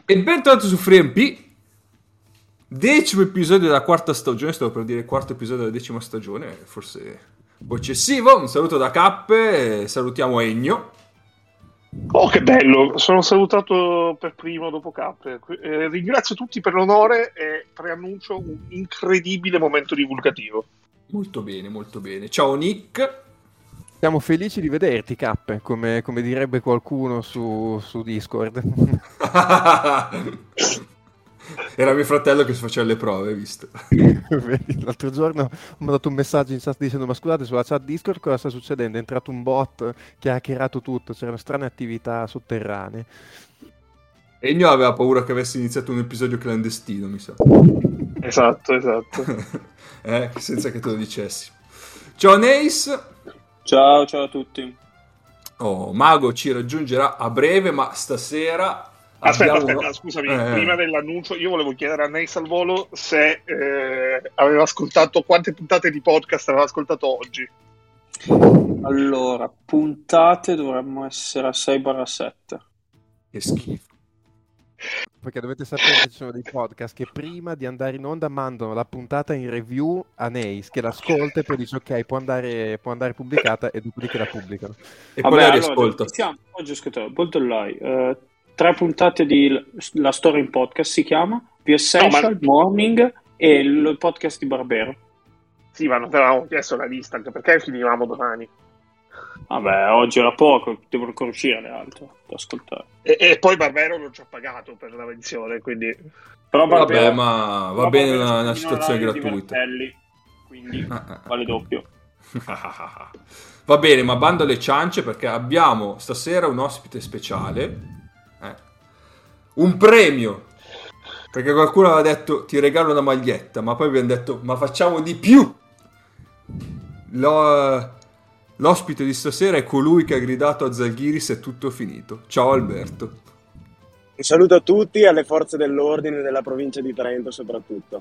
E bentornati su FreeMP, 10° episodio della quarta stagione, stavo per dire quarto episodio della 10ª stagione, forse un po' eccessivo. Un saluto da Cappe, e salutiamo Ennio. Oh, che bello, sono salutato per primo dopo Cap. Ringrazio tutti per l'onore e preannuncio un incredibile momento divulgativo. Molto bene, molto bene. Ciao Nick. Siamo felici di vederti, Cappe, come direbbe qualcuno su Discord. Era mio fratello che si faceva le prove, hai visto? L'altro giorno ho mandato un messaggio in chat dicendo: ma scusate, sulla chat Discord cosa sta succedendo? È entrato un bot che ha hackerato tutto, c'erano strane attività sotterranee. Ennio aveva paura che avesse iniziato un episodio clandestino, mi sa. Esatto. Senza che te lo dicessi. Ciao Neis. Ciao a tutti. Oh, Mago ci raggiungerà a breve, ma stasera... Aspetta, scusami, prima dell'annuncio io volevo chiedere a Neis al volo se aveva ascoltato, quante puntate di podcast aveva ascoltato oggi. Allora, puntate dovremmo essere a 6/7. Che schifo. Perché dovete sapere che ci sono dei podcast che prima di andare in onda mandano la puntata in review a Neis, che l'ascolta e poi dice ok, può andare pubblicata, e dopodiché la pubblicano. E poi la riascolta. Oggi ho scritto Bolt Online, 3 puntate di La Storia in Podcast si chiama, The Essential, Morning e il podcast di Barbero. Sì, ma non te l'avevamo chiesto la lista, anche perché finivamo domani. Vabbè, oggi era poco, devono ancora uscire le altre da ascoltare. E poi Barbero non ci ha pagato per la menzione, quindi... Però Barbero, vabbè, ma va bene una citazione gratuita. Quindi vale doppio. Va bene, ma bando alle ciance, perché abbiamo stasera un ospite speciale. Un premio, perché qualcuno aveva detto ti regalo una maglietta, ma poi abbiamo detto ma facciamo di più. L'ospite di stasera è colui che ha gridato a Zalghiris è tutto finito. Ciao Alberto. Un saluto a tutti e alle forze dell'ordine della provincia di Trento soprattutto.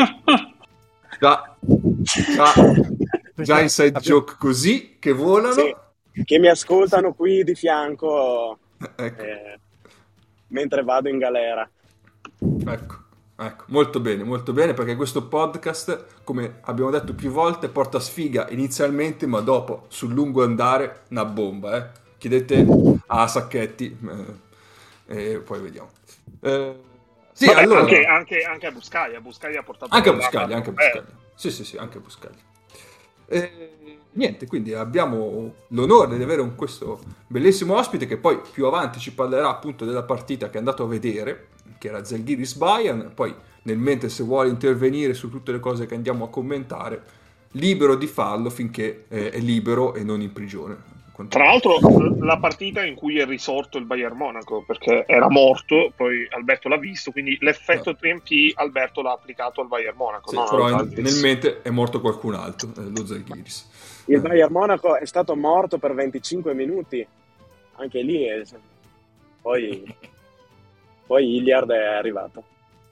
Già inside joke così che volano. Sì, che mi ascoltano qui di fianco. Ecco. Mentre vado in galera. Ecco, molto bene, perché questo podcast, come abbiamo detto più volte, porta sfiga inizialmente, ma dopo, sul lungo andare, una bomba, Chiedete a Sacchetti, e poi vediamo. Sì, vabbè, allora... anche a Buscaglia ha portato... Anche a Buscaglia. Sì, anche a Buscaglia. Niente, quindi abbiamo l'onore di avere questo bellissimo ospite che poi più avanti ci parlerà appunto della partita che è andato a vedere, che era Zalgiris Bayern. Poi nel mentre, se vuole intervenire su tutte le cose che andiamo a commentare, libero di farlo finché è libero e non in prigione. Tra l'altro la partita in cui è risorto il Bayern Monaco, perché era morto, poi Alberto l'ha visto, quindi l'effetto 3MP Alberto l'ha applicato al Bayern Monaco. Sì, no? però nel mente è morto qualcun altro, lo Zalgiris. Il Bayern Monaco è stato morto per 25 minuti, anche lì poi Hilliard è arrivato.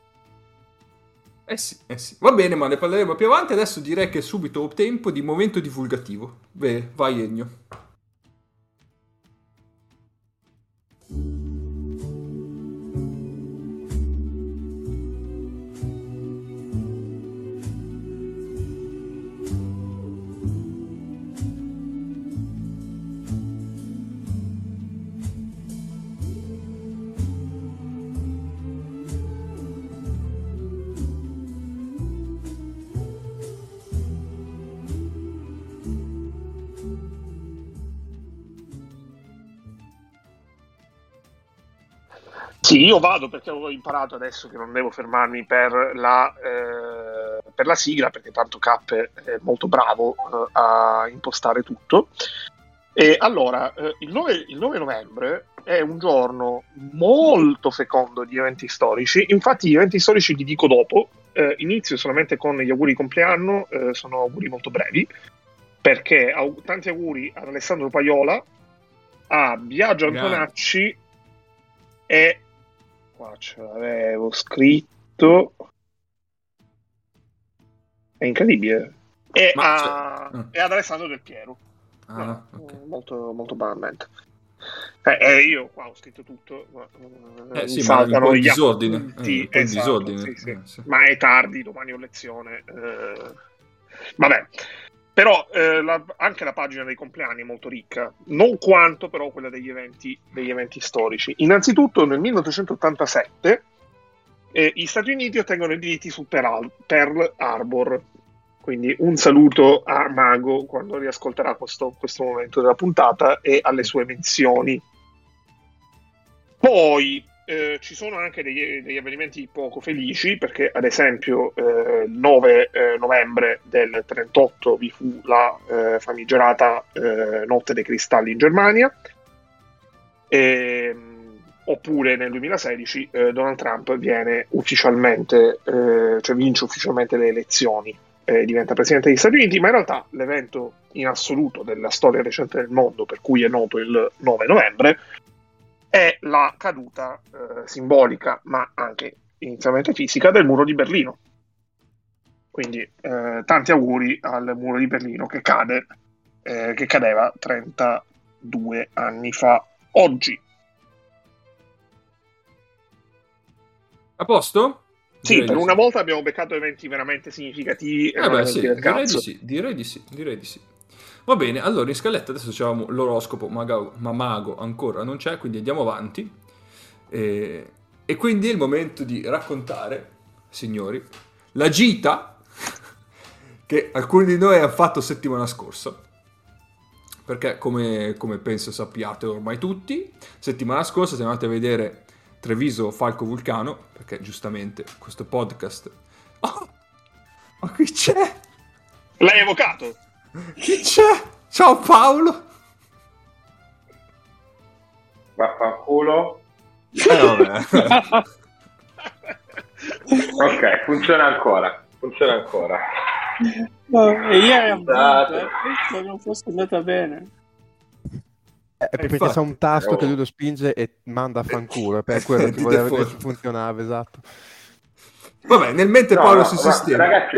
Sì. Va bene, ma ne parleremo più avanti. Adesso direi che è subito tempo di momento divulgativo. Beh, vai Ennio. Sì, io vado perché ho imparato adesso che non devo fermarmi per la sigla, perché tanto Cap è molto bravo a impostare tutto. E allora, il 9 novembre è un giorno molto fecondo di eventi storici. Infatti gli eventi storici li dico dopo. Inizio solamente con gli auguri di compleanno, sono auguri molto brevi, perché tanti auguri ad Alessandro Paiola, a Biagio Antonacci e... qua ce l'avevo scritto, è incredibile, e ad Alessandro Del Piero, okay. Molto, molto banalmente. Io qua ho scritto tutto, ma mi sì, ma un saltano po' in gli disordine. appunti. Un po' in Esatto, disordine. sì. Sì. Ma è tardi, domani ho lezione. Vabbè. Però anche la pagina dei compleanni è molto ricca, non quanto però quella degli eventi storici. Innanzitutto nel 1887 gli Stati Uniti ottengono i diritti su Pearl Harbor, quindi un saluto a Mago quando riascolterà questo momento della puntata e alle sue menzioni. Poi ci sono anche degli avvenimenti poco felici, perché ad esempio il 9 novembre del 38 vi fu la famigerata Notte dei Cristalli in Germania, oppure nel 2016 Donald Trump viene ufficialmente, cioè vince ufficialmente le elezioni, diventa presidente degli Stati Uniti, ma in realtà l'evento in assoluto della storia recente del mondo, per cui è noto il 9 novembre, è la caduta simbolica, ma anche inizialmente fisica, del muro di Berlino. Quindi tanti auguri al muro di Berlino che cadeva 32 anni fa oggi. A posto? Sì, per una volta abbiamo beccato eventi veramente significativi e non eventi del cazzo. Direi di sì. Va bene, allora in scaletta adesso c'avevamo l'oroscopo, ma Mago ancora non c'è, quindi andiamo avanti. E quindi è il momento di raccontare, signori, la gita che alcuni di noi hanno fatto settimana scorsa. Perché come penso sappiate ormai tutti, settimana scorsa siamo andati a vedere Treviso Falco Vulcano, perché giustamente questo podcast... Oh, ma qui c'è! L'hai evocato? Chi c'è? Ciao Paolo! Vaffanculo. Vabbè. Ok, funziona ancora. No, e ieri questo non fosse andata bene. Perché c'è un tasto che lui lo spinge e manda a fanculo, per quello che voleva vedere se funzionava, esatto. Vabbè, nel mente Paolo si sistema. Ragazzi,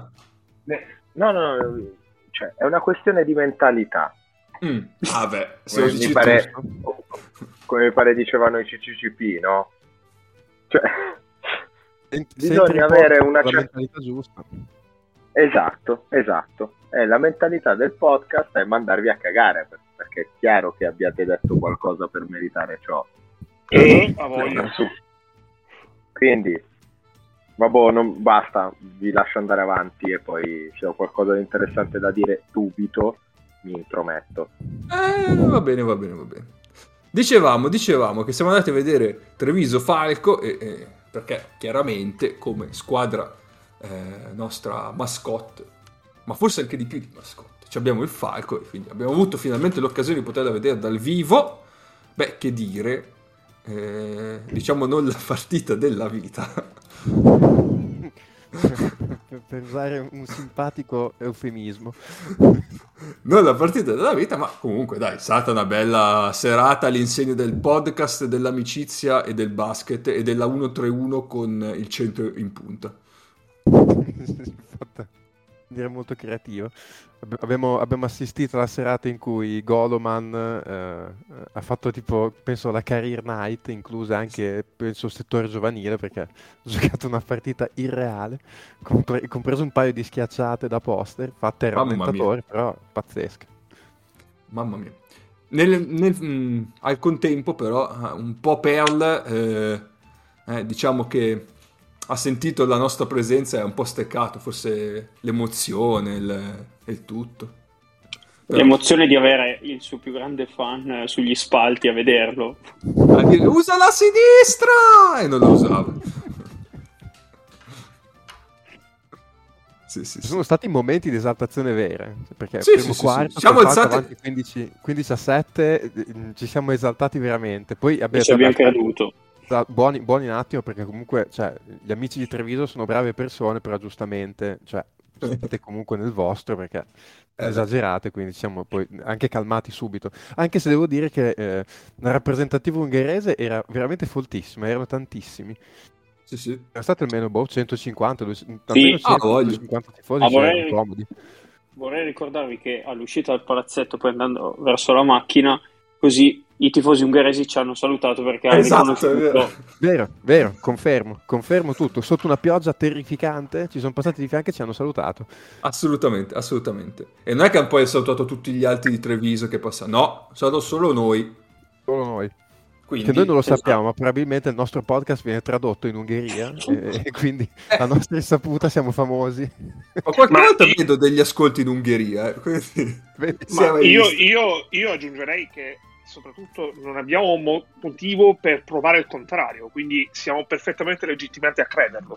no, cioè, è una questione di mentalità. Vabbè, se come mi pare dicevano i CCCP, no? Cioè, bisogna avere una mentalità giusta. Esatto. La mentalità del podcast è mandarvi a cagare, perché è chiaro che abbiate detto qualcosa per meritare ciò. A voglia. Quindi, vabbè, non basta, vi lascio andare avanti e poi se ho qualcosa di interessante da dire subito mi intrometto. Va bene. Dicevamo che siamo andati a vedere Treviso Falco perché chiaramente come squadra nostra mascotte, ma forse anche di più di mascotte, abbiamo il Falco e quindi abbiamo avuto finalmente l'occasione di poterla vedere dal vivo. Beh, che dire, diciamo non la partita della vita. Per usare un simpatico eufemismo. Non la partita della vita, ma comunque dai, è stata una bella serata all'insegna del podcast, dell'amicizia e del basket e della 1-3-1 con il centro in punta. Direi molto creativo. Abbiamo assistito alla serata in cui Goloman ha fatto tipo, penso, la career night, inclusa anche, penso, il settore giovanile, perché ha giocato una partita irreale, compreso un paio di schiacciate da poster, fatte al rallentatore, però pazzesche. Mamma mia. Al contempo però un po' Pearl, diciamo che ha sentito la nostra presenza e ha un po' steccato, forse l'emozione, il tutto. Però... L'emozione di avere il suo più grande fan sugli spalti a vederlo. A dire, usa la sinistra! E non la usava. Sì. Ci sono stati momenti di esaltazione vera, perché primo quarto, siamo alzati 15-7, ci siamo esaltati veramente. Poi ci abbiamo creduto. Buoni un attimo, perché comunque gli amici di Treviso sono brave persone, però giustamente siete comunque nel vostro, perché esagerate, quindi siamo poi anche calmati subito. Anche se devo dire che la rappresentativa ungherese era veramente foltissima, erano tantissimi. Sì. Era stato almeno 150, almeno 150 tifosi comodi. Vorrei ricordarvi che all'uscita dal palazzetto, poi andando verso la macchina, così i tifosi ungheresi ci hanno salutato perché hanno riconosciuto. Vero, confermo tutto. Sotto una pioggia terrificante ci sono passati di fianco e ci hanno salutato. Assolutamente. E non è che poi ha salutato tutti gli altri di Treviso che passano, no, sono solo noi. Solo noi. Quindi, che noi non lo sappiamo, ma probabilmente il nostro podcast viene tradotto in Ungheria e quindi a nostra insaputa siamo famosi. Ma qualche volta vedo degli ascolti in Ungheria. Quindi... Ma io aggiungerei che soprattutto non abbiamo motivo per provare il contrario, quindi siamo perfettamente legittimati a crederlo.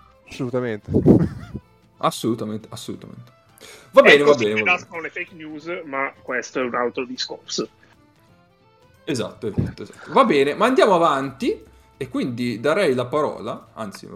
Assolutamente. Va bene. Nascono le fake news, ma questo è un altro discorso. Esatto. Va bene, ma andiamo avanti e quindi darei la parola, anzi,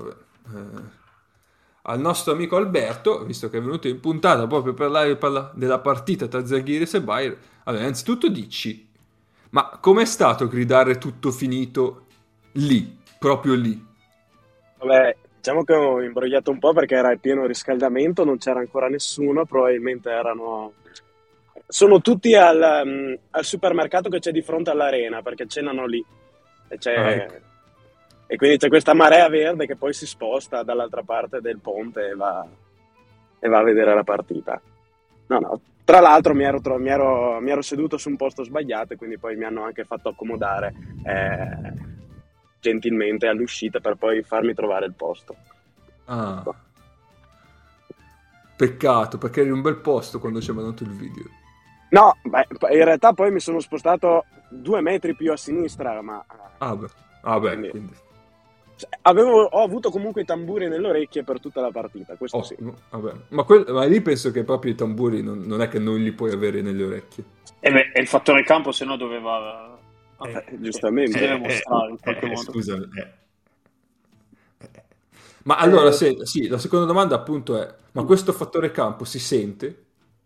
al nostro amico Alberto, visto che è venuto in puntata proprio per parlare della partita tra Zalgiris e Bayern. Allora, innanzitutto dici, ma com'è stato gridare tutto finito lì, proprio lì? Vabbè, diciamo che ho imbrogliato un po' perché era il pieno riscaldamento, non c'era ancora nessuno, probabilmente sono tutti al supermercato che c'è di fronte all'arena, perché cenano lì. Ecco. E quindi c'è questa marea verde che poi si sposta dall'altra parte del ponte e va a vedere la partita. No. Tra l'altro mi ero seduto su un posto sbagliato e quindi poi mi hanno anche fatto accomodare gentilmente all'uscita per poi farmi trovare il posto. Ah. Peccato, perché eri in un bel posto quando ci hai mandato il video. No, in realtà poi mi sono spostato 2 metri più a sinistra, ma... quindi. Ho avuto comunque i tamburi nelle orecchie per tutta la partita, questo sì. Vabbè. Ma lì penso che proprio i tamburi non è che non li puoi avere nelle orecchie. E il fattore campo, se no doveva... giustamente. Deve mostrare in qualche modo. Scusami. Ma allora, sì, la seconda domanda appunto è, ma questo fattore campo si sente?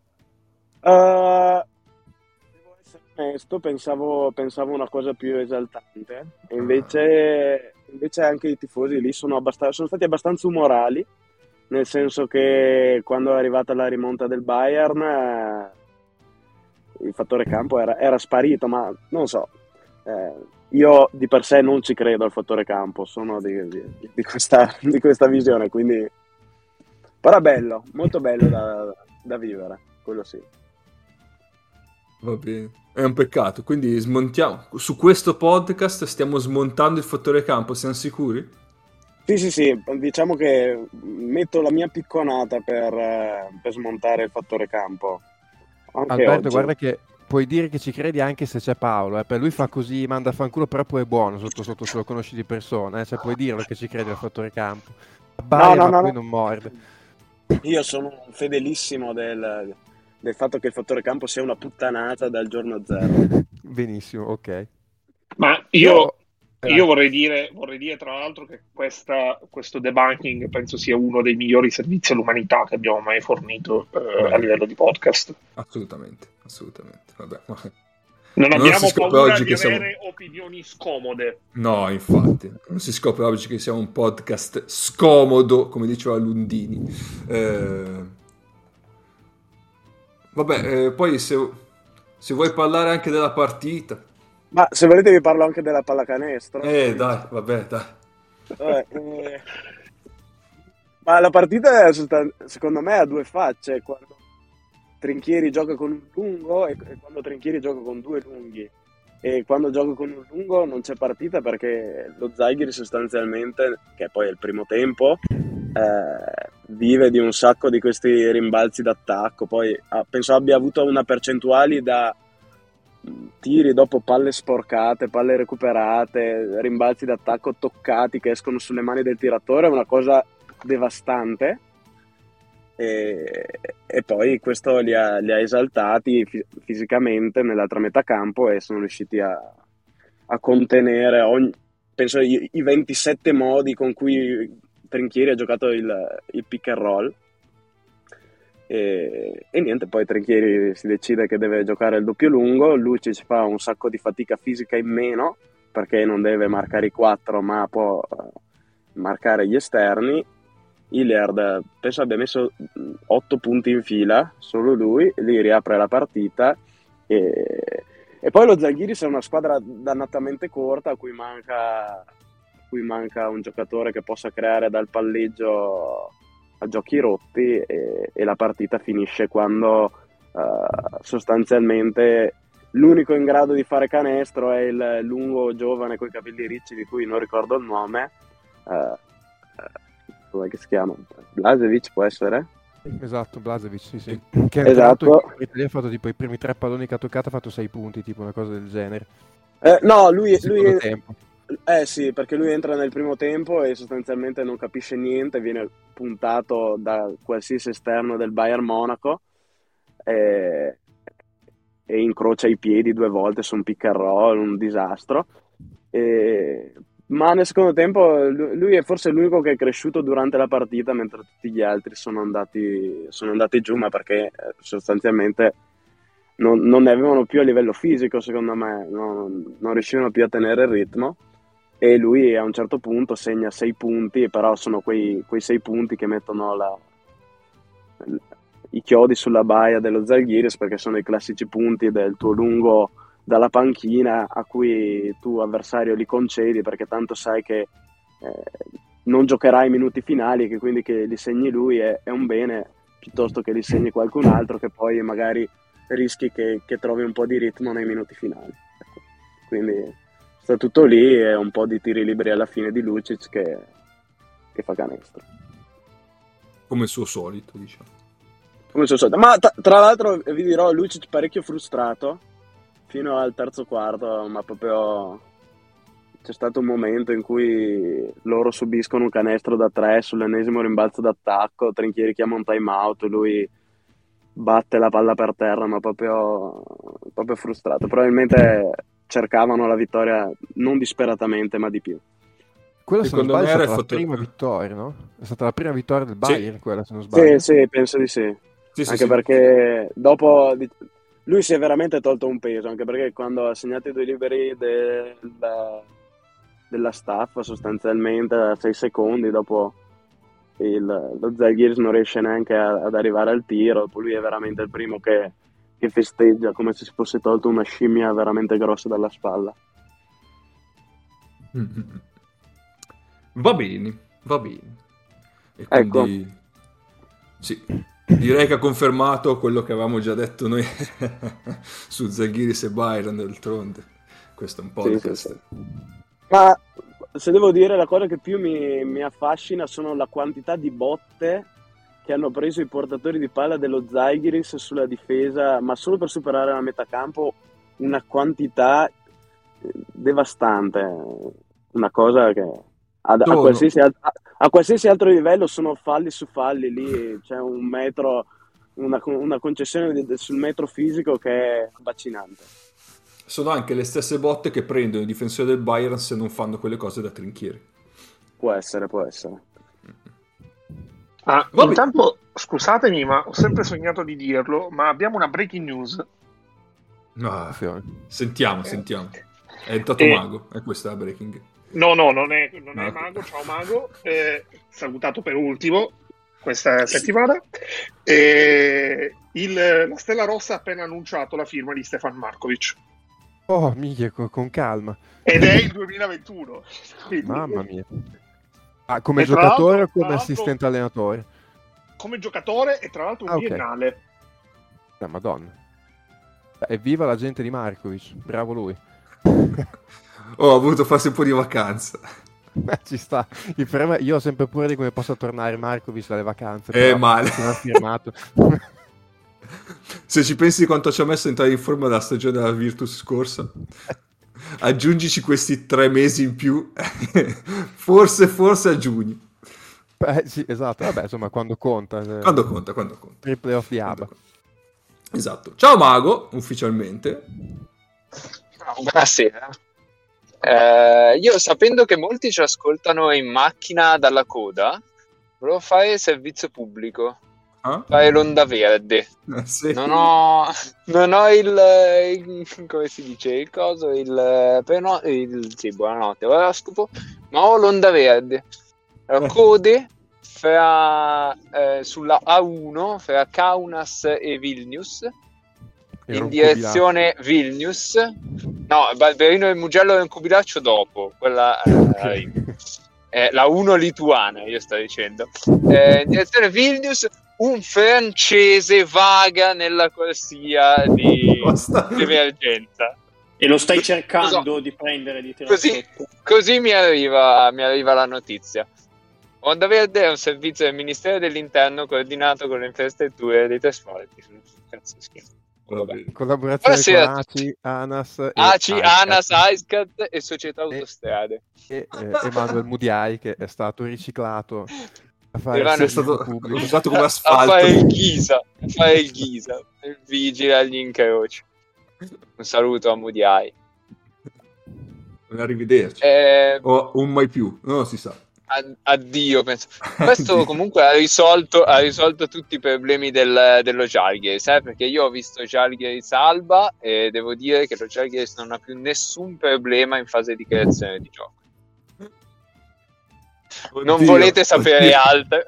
Devo essere onesto, pensavo una cosa più esaltante, e invece anche i tifosi lì sono stati abbastanza umorali, nel senso che quando è arrivata la rimonta del Bayern il fattore campo era sparito, ma non so, io di per sé non ci credo al fattore campo, sono di questa visione, quindi però è bello, molto bello da vivere, quello sì. Va bene, è un peccato, quindi smontiamo. Su questo podcast stiamo smontando il fattore campo, siamo sicuri? Sì, diciamo che metto la mia picconata per smontare il fattore campo. Anche Alberto, oggi. guarda che puoi dire che ci credi anche se c'è Paolo, per lui fa così, manda a fanculo, però poi è buono sotto se lo conosci di persona, cioè puoi dirlo che ci credi al fattore campo. No. Poi non morde. Io sono fedelissimo del fatto che il fattore campo sia una puttanata dal giorno zero. Benissimo, ok. Ma io vorrei dire tra l'altro che questo debunking penso sia uno dei migliori servizi all'umanità che abbiamo mai fornito a livello di podcast. Assolutamente. Vabbè. Non abbiamo paura di avere opinioni scomode. No, infatti, non si scopre oggi che siamo un podcast scomodo, come diceva Lundini. Poi se vuoi parlare anche della partita. Ma se volete vi parlo anche della pallacanestro. Dai. Vabbè. Ma la partita secondo me ha 2 facce, quando Trinchieri gioca con un lungo e quando Trinchieri gioca con 2 lunghi. E quando gioca con un lungo non c'è partita perché lo Zalgiris sostanzialmente, che poi è il primo tempo, vive di un sacco di questi rimbalzi d'attacco. Poi penso abbia avuto una percentuale da tiri dopo palle sporcate, palle recuperate, rimbalzi d'attacco toccati che escono sulle mani del tiratore, è una cosa devastante. E poi questo li ha esaltati fisicamente nell'altra metà campo e sono riusciti a contenere penso i 27 modi con cui Trinchieri ha giocato il pick and roll e niente, poi Trinchieri si decide che deve giocare il doppio lungo, Lucic fa un sacco di fatica fisica in meno perché non deve marcare i 4 ma può marcare gli esterni. Hilliard penso abbia messo 8 punti in fila, solo lui, lì riapre la partita e E poi lo Zalgiris è una squadra dannatamente corta a cui manca un giocatore che possa creare dal palleggio a giochi rotti, e la partita finisce quando sostanzialmente l'unico in grado di fare canestro è il lungo giovane coi capelli ricci di cui non ricordo il nome, come si chiama? Blažević può essere? Esatto, Blažević, sì. Che ha entrato in Italia, ha fatto tipo i primi 3 palloni che ha toccato, ha fatto 6 punti, tipo una cosa del genere. No, lui tempo. Sì, perché lui entra nel primo tempo e sostanzialmente non capisce niente, viene puntato da qualsiasi esterno del Bayern Monaco e incrocia i piedi 2 volte su un pick and roll, un disastro. Ma nel secondo tempo lui è forse l'unico che è cresciuto durante la partita, mentre tutti gli altri sono andati giù, ma perché sostanzialmente non ne avevano più a livello fisico, secondo me, non riuscivano più a tenere il ritmo, e lui a un certo punto segna 6 punti, però sono quei 6 punti che mettono i chiodi sulla baia dello Zalgiris, perché sono i classici punti del tuo lungo dalla panchina a cui tu avversario li concedi, perché tanto sai che non giocherai i minuti finali, e che quindi che li segni lui è un bene, piuttosto che li segni qualcun altro che poi magari rischi che trovi un po' di ritmo nei minuti finali. Quindi sta tutto lì, e un po' di tiri liberi alla fine di Lucic che fa canestro. Come il suo solito, diciamo. Come il suo solito. Ma tra l'altro vi dirò, Lucic parecchio frustrato fino al terzo quarto, ma proprio c'è stato un momento in cui loro subiscono un canestro da 3 sull'ennesimo rimbalzo d'attacco, Trinchieri chiama un time out, lui batte la palla per terra, ma proprio frustrato. Probabilmente cercavano la vittoria non disperatamente, ma di più. Quella, se non sbaglio, è stata la prima vittoria, no? È stata la prima vittoria del Bayern, quella, se non sbaglio. Sì, penso di sì. Anche perché dopo lui si è veramente tolto un peso, anche perché quando ha segnato i 2 liberi della staff, sostanzialmente a 6 secondi dopo lo Zalgiris non riesce neanche ad arrivare al tiro, poi lui è veramente il primo che festeggia come se si fosse tolto una scimmia veramente grossa dalla spalla. Va bene. E quindi ecco. Sì, direi che ha confermato quello che avevamo già detto noi su Zalgiris e Bayern, d'altronde. Questo è un podcast. Sì. Ma se devo dire, la cosa che più mi affascina sono la quantità di botte che hanno preso i portatori di palla dello Zalgiris sulla difesa, ma solo per superare la metà campo, una quantità devastante, una cosa che a qualsiasi altro livello sono falli su falli, lì c'è un metro, una concessione sul metro fisico che è abbacinante. Sono anche le stesse botte che prendono i difensori del Bayern se non fanno quelle cose da Trinchieri. Può essere. Intanto, scusatemi, ma ho sempre sognato di dirlo, ma abbiamo una breaking news. Sentiamo. È entrato Mago, è questa la breaking. No, non è Mago. Ciao Mago, salutato per ultimo questa settimana. La Stella Rossa ha appena annunciato la firma di Stefan Markovic. Oh, miglia, con calma. Ed è il 2021. Quindi... Mamma mia. Come giocatore o come assistente allenatore? Come giocatore, e tra l'altro un biennale. Madonna. Evviva la gente di Markovic, bravo lui. Ho voluto farsi un po' di vacanza. Ci sta. Il problema, io ho sempre paura di come possa tornare Markovic dalle vacanze. Male. Non ha firmato. Se ci pensi quanto ci ha messo a entrare in forma dalla stagione della Virtus scorsa, aggiungici questi 3 mesi in più, forse a giugno. Sì, esatto. Vabbè, insomma, quando conta. Quando conta. Il playoff di ABA. Esatto. Ciao Mago, ufficialmente. Buonasera. Io, sapendo che molti ci ascoltano in macchina dalla coda, volevo fare servizio pubblico. Fare l'onda verde. Sì. Non ho il come si dice, il coso, sì, buonanotte, oroscopo, ma ho l'onda verde. Code sulla A1 fra Kaunas e Vilnius, Era in un direzione Vilnius. No, Barberino e Mugello è un cubilaccio dopo, quella la 1 lituana, io sto dicendo. In direzione Vilnius, un francese vaga nella corsia di emergenza. E lo stai cercando di prendere di tirare sotto. Così mi arriva la notizia. Onda Verde è un servizio del Ministero dell'Interno coordinato con le infrastrutture dei trasporti. Cazzo schifo. Collaborazione con ACI, ANAS, ANAS, AISCAT e Società Autostrade. E Emanuele Mudiai, che è stato riciclato a fare è stato usato come asfalto. A fare il Ghisa, il vigile agli incroci. Un saluto a Mudiai. Arrivederci. O un mai più, non si sa. Addio, penso. Questo comunque ha risolto tutti i problemi dello Žalgiris, perché io ho visto Žalgiris Alba e devo dire che lo Žalgiris non ha più nessun problema in fase di creazione di gioco. Non volete sapere altro?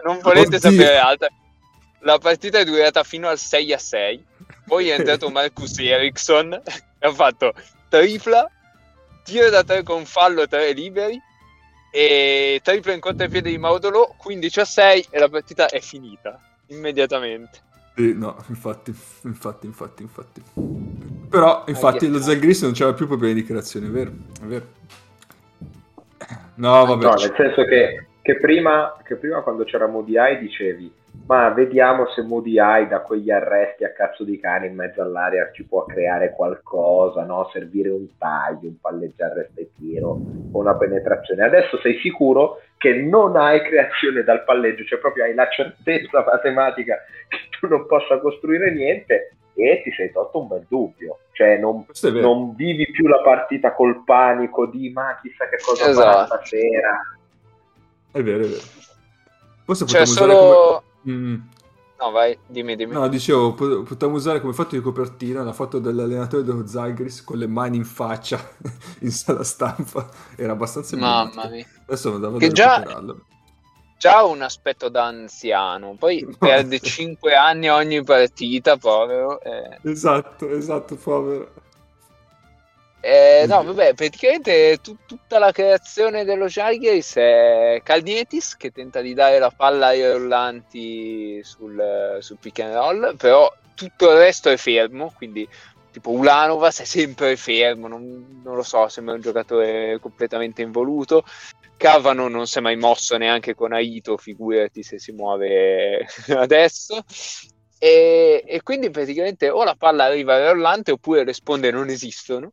La partita è durata fino al 6-6, poi è entrato Marcus Eriksson e ha fatto tripla, tiro da 3 con fallo, 3 liberi e triplo in contropiede di Maudolo, 15-6 e la partita è finita immediatamente. No, infatti. Però, infatti, lo Žalgiris non c'era più problemi di creazione, è vero? No, vabbè. No, nel senso che prima quando c'era Mudiai dicevi ma vediamo se Mudiai da quegli arresti a cazzo di cane in mezzo all'area ci può creare qualcosa, no? Servire un taglio, un palleggiare resta e tiro o una penetrazione. Adesso sei sicuro che non hai creazione dal palleggio, cioè proprio hai la certezza matematica che tu non possa costruire niente e ti sei tolto un bel dubbio, cioè non vivi più la partita col panico di ma chissà che cosa farà stasera. È vero. Forse c'è potremmo solo usare no vai, dimmi. No, dicevo, potremmo usare come foto di copertina la foto dell'allenatore dello Žalgiris con le mani in faccia in sala stampa, era abbastanza mamma mia. Adesso non andavo che a recuperarlo. Già un aspetto da anziano, poi perde 5 anni ogni partita, povero. Esatto, povero. No, vabbè, praticamente tutta la creazione dello Žalgiris è Kalnietis che tenta di dare la palla ai rollanti sul pick and roll, però tutto il resto è fermo, quindi tipo Ulanovas è sempre fermo, non lo so, sembra un giocatore completamente involuto. Cavano non si è mai mosso neanche con Aito, figurati se si muove adesso. E quindi praticamente o la palla arriva al rollante oppure le sponde non esistono.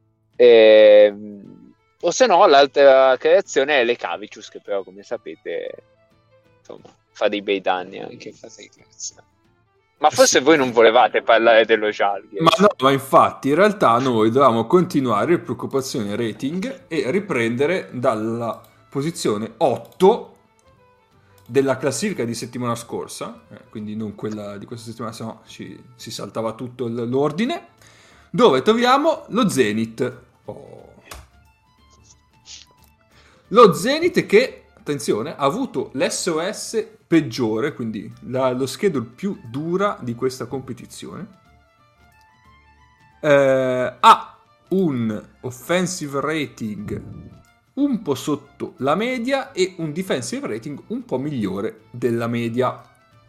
O se no l'altra creazione è Lekavicius, che però come sapete insomma fa dei bei danni anche in fase di creazione. Ma forse voi non volevate parlare dello Žalgiris. Ma infatti in realtà noi dovevamo continuare il preoccupazione rating e riprendere dalla posizione 8 della classifica di settimana scorsa, quindi non quella di questa settimana, se no si saltava tutto l'ordine, dove troviamo lo Zenit. Lo Zenit che, attenzione, ha avuto l'SOS peggiore, quindi lo schedule più dura di questa competizione. Ha un offensive rating un po' sotto la media e un defensive rating un po' migliore della media.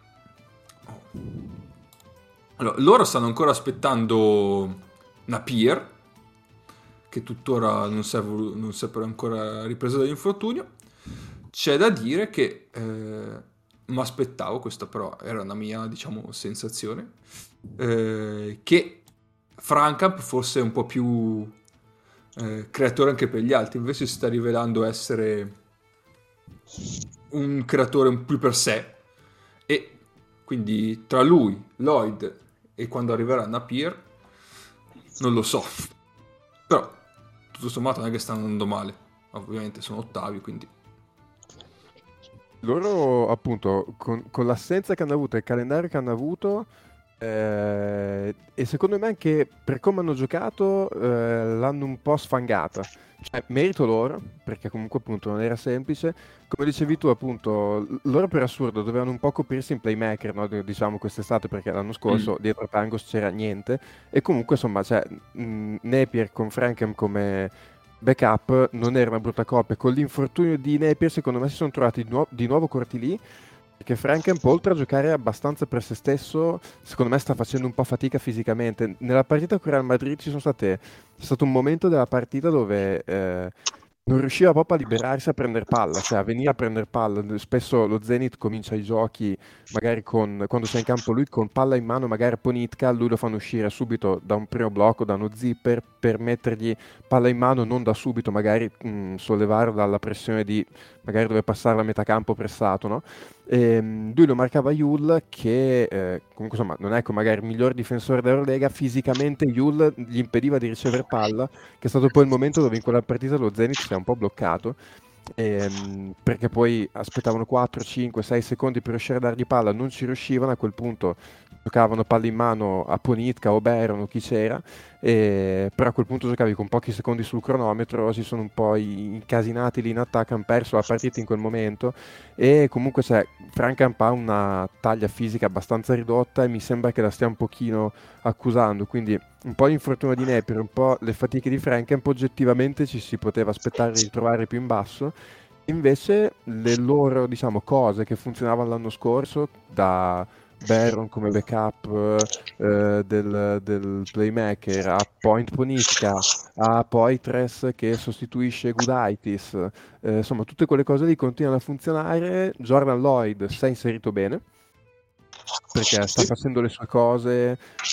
Allora, loro stanno ancora aspettando Napier, che tuttora non si è ancora ripreso dall'infortunio. C'è da dire che mi aspettavo, questa però era una mia, diciamo, sensazione, che Frankamp fosse un po' più creatore anche per gli altri, invece si sta rivelando essere un creatore un più per sé, e quindi tra lui, Lloyd e quando arriverà Napier non lo so, però tutto sommato non è che stanno andando male, ovviamente sono ottavi, quindi loro appunto con l'assenza che hanno avuto e il calendario che hanno avuto E secondo me anche per come hanno giocato l'hanno un po' sfangata. Cioè, merito loro, perché comunque appunto non era semplice. Come dicevi tu, appunto, loro per assurdo dovevano un po' coprirsi in playmaker, no? Diciamo quest'estate, perché l'anno scorso dietro Pangos c'era niente. E comunque, insomma, cioè, Napier con Frankham come backup non era una brutta coppia. Con l'infortunio di Napier, secondo me si sono trovati di nuovo corti lì, perché Frankham, oltre a giocare abbastanza per se stesso, secondo me sta facendo un po' fatica fisicamente. Nella partita con Real Madrid c'è stato un momento della partita dove non riusciva proprio a liberarsi a prendere palla, cioè a venire a prendere palla. Spesso lo Zenit comincia i giochi magari quando c'è in campo lui con palla in mano, magari Ponitka, lui lo fanno uscire subito da un primo blocco, da uno zipper, per mettergli palla in mano, non da subito, magari sollevarlo dalla pressione di magari dove passare la metà campo pressato, no? E, lui lo marcava Yul, che comunque insomma non è magari il miglior difensore dell'Eurolega, fisicamente Yul gli impediva di ricevere palla, che è stato poi il momento dove in quella partita lo Zenit si è un po' bloccato, perché poi aspettavano 4, 5, 6 secondi per riuscire a dargli palla, non ci riuscivano. A quel punto giocavano palla in mano a Ponitka o Beron o chi c'era, però a quel punto giocavi con pochi secondi sul cronometro, si sono un po' incasinati lì in attacco, hanno perso la partita in quel momento. E comunque Frankham ha una taglia fisica abbastanza ridotta e mi sembra che la stia un pochino accusando, quindi un po' l'infortunio di Napier, un po' le fatiche di Frankham, oggettivamente ci si poteva aspettare di trovare più in basso. Invece le loro, diciamo, cose che funzionavano l'anno scorso, da Baron come backup del playmaker, a Point Ponitka, a Poitres che sostituisce Gudaitis, insomma tutte quelle cose lì continuano a funzionare. Jordan Lloyd si è inserito bene, perché sta facendo le sue cose,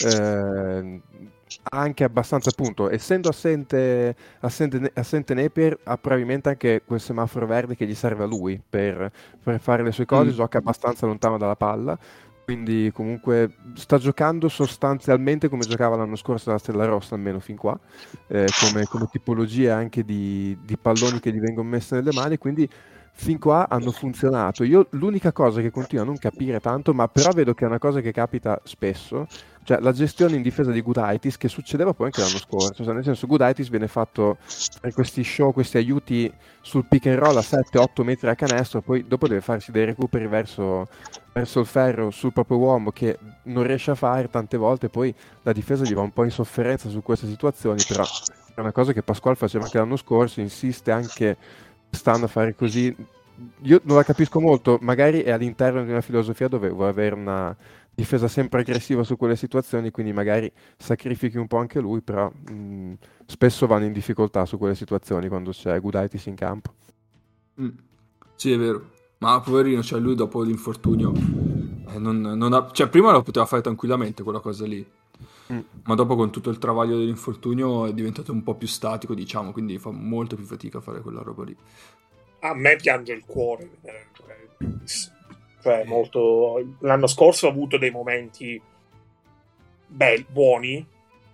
anche abbastanza, appunto, essendo assente Napier, ha probabilmente anche quel semaforo verde che gli serve a lui per fare le sue cose. Gioca abbastanza lontano dalla palla, quindi comunque sta giocando sostanzialmente come giocava l'anno scorso la Stella Rossa, almeno fin qua, come tipologia anche di palloni che gli vengono messe nelle mani, quindi fin qua hanno funzionato. Io l'unica cosa che continuo a non capire tanto, ma però vedo che è una cosa che capita spesso, cioè la gestione in difesa di Gudaitis, che succedeva poi anche l'anno scorso, cioè nel senso Gudaitis viene fatto per questi show, questi aiuti sul pick and roll a 7-8 metri a canestro, poi dopo deve farsi dei recuperi verso il ferro sul proprio uomo, che non riesce a fare tante volte. Poi la difesa gli va un po' in sofferenza su queste situazioni, però è una cosa che Pasquale faceva anche l'anno scorso, insiste anche stanno a fare così. Io non la capisco molto, magari è all'interno di una filosofia dove vuoi avere una difesa sempre aggressiva su quelle situazioni, quindi magari sacrifichi un po' anche lui, però spesso vanno in difficoltà su quelle situazioni quando c'è Gudaitis in campo. Sì, è vero, ma poverino, cioè lui dopo l'infortunio cioè prima lo poteva fare tranquillamente quella cosa lì, ma dopo con tutto il travaglio dell'infortunio è diventato un po' più statico, diciamo, quindi fa molto più fatica a fare quella roba lì. A me piange il cuore, cioè molto. L'anno scorso ho avuto dei momenti buoni,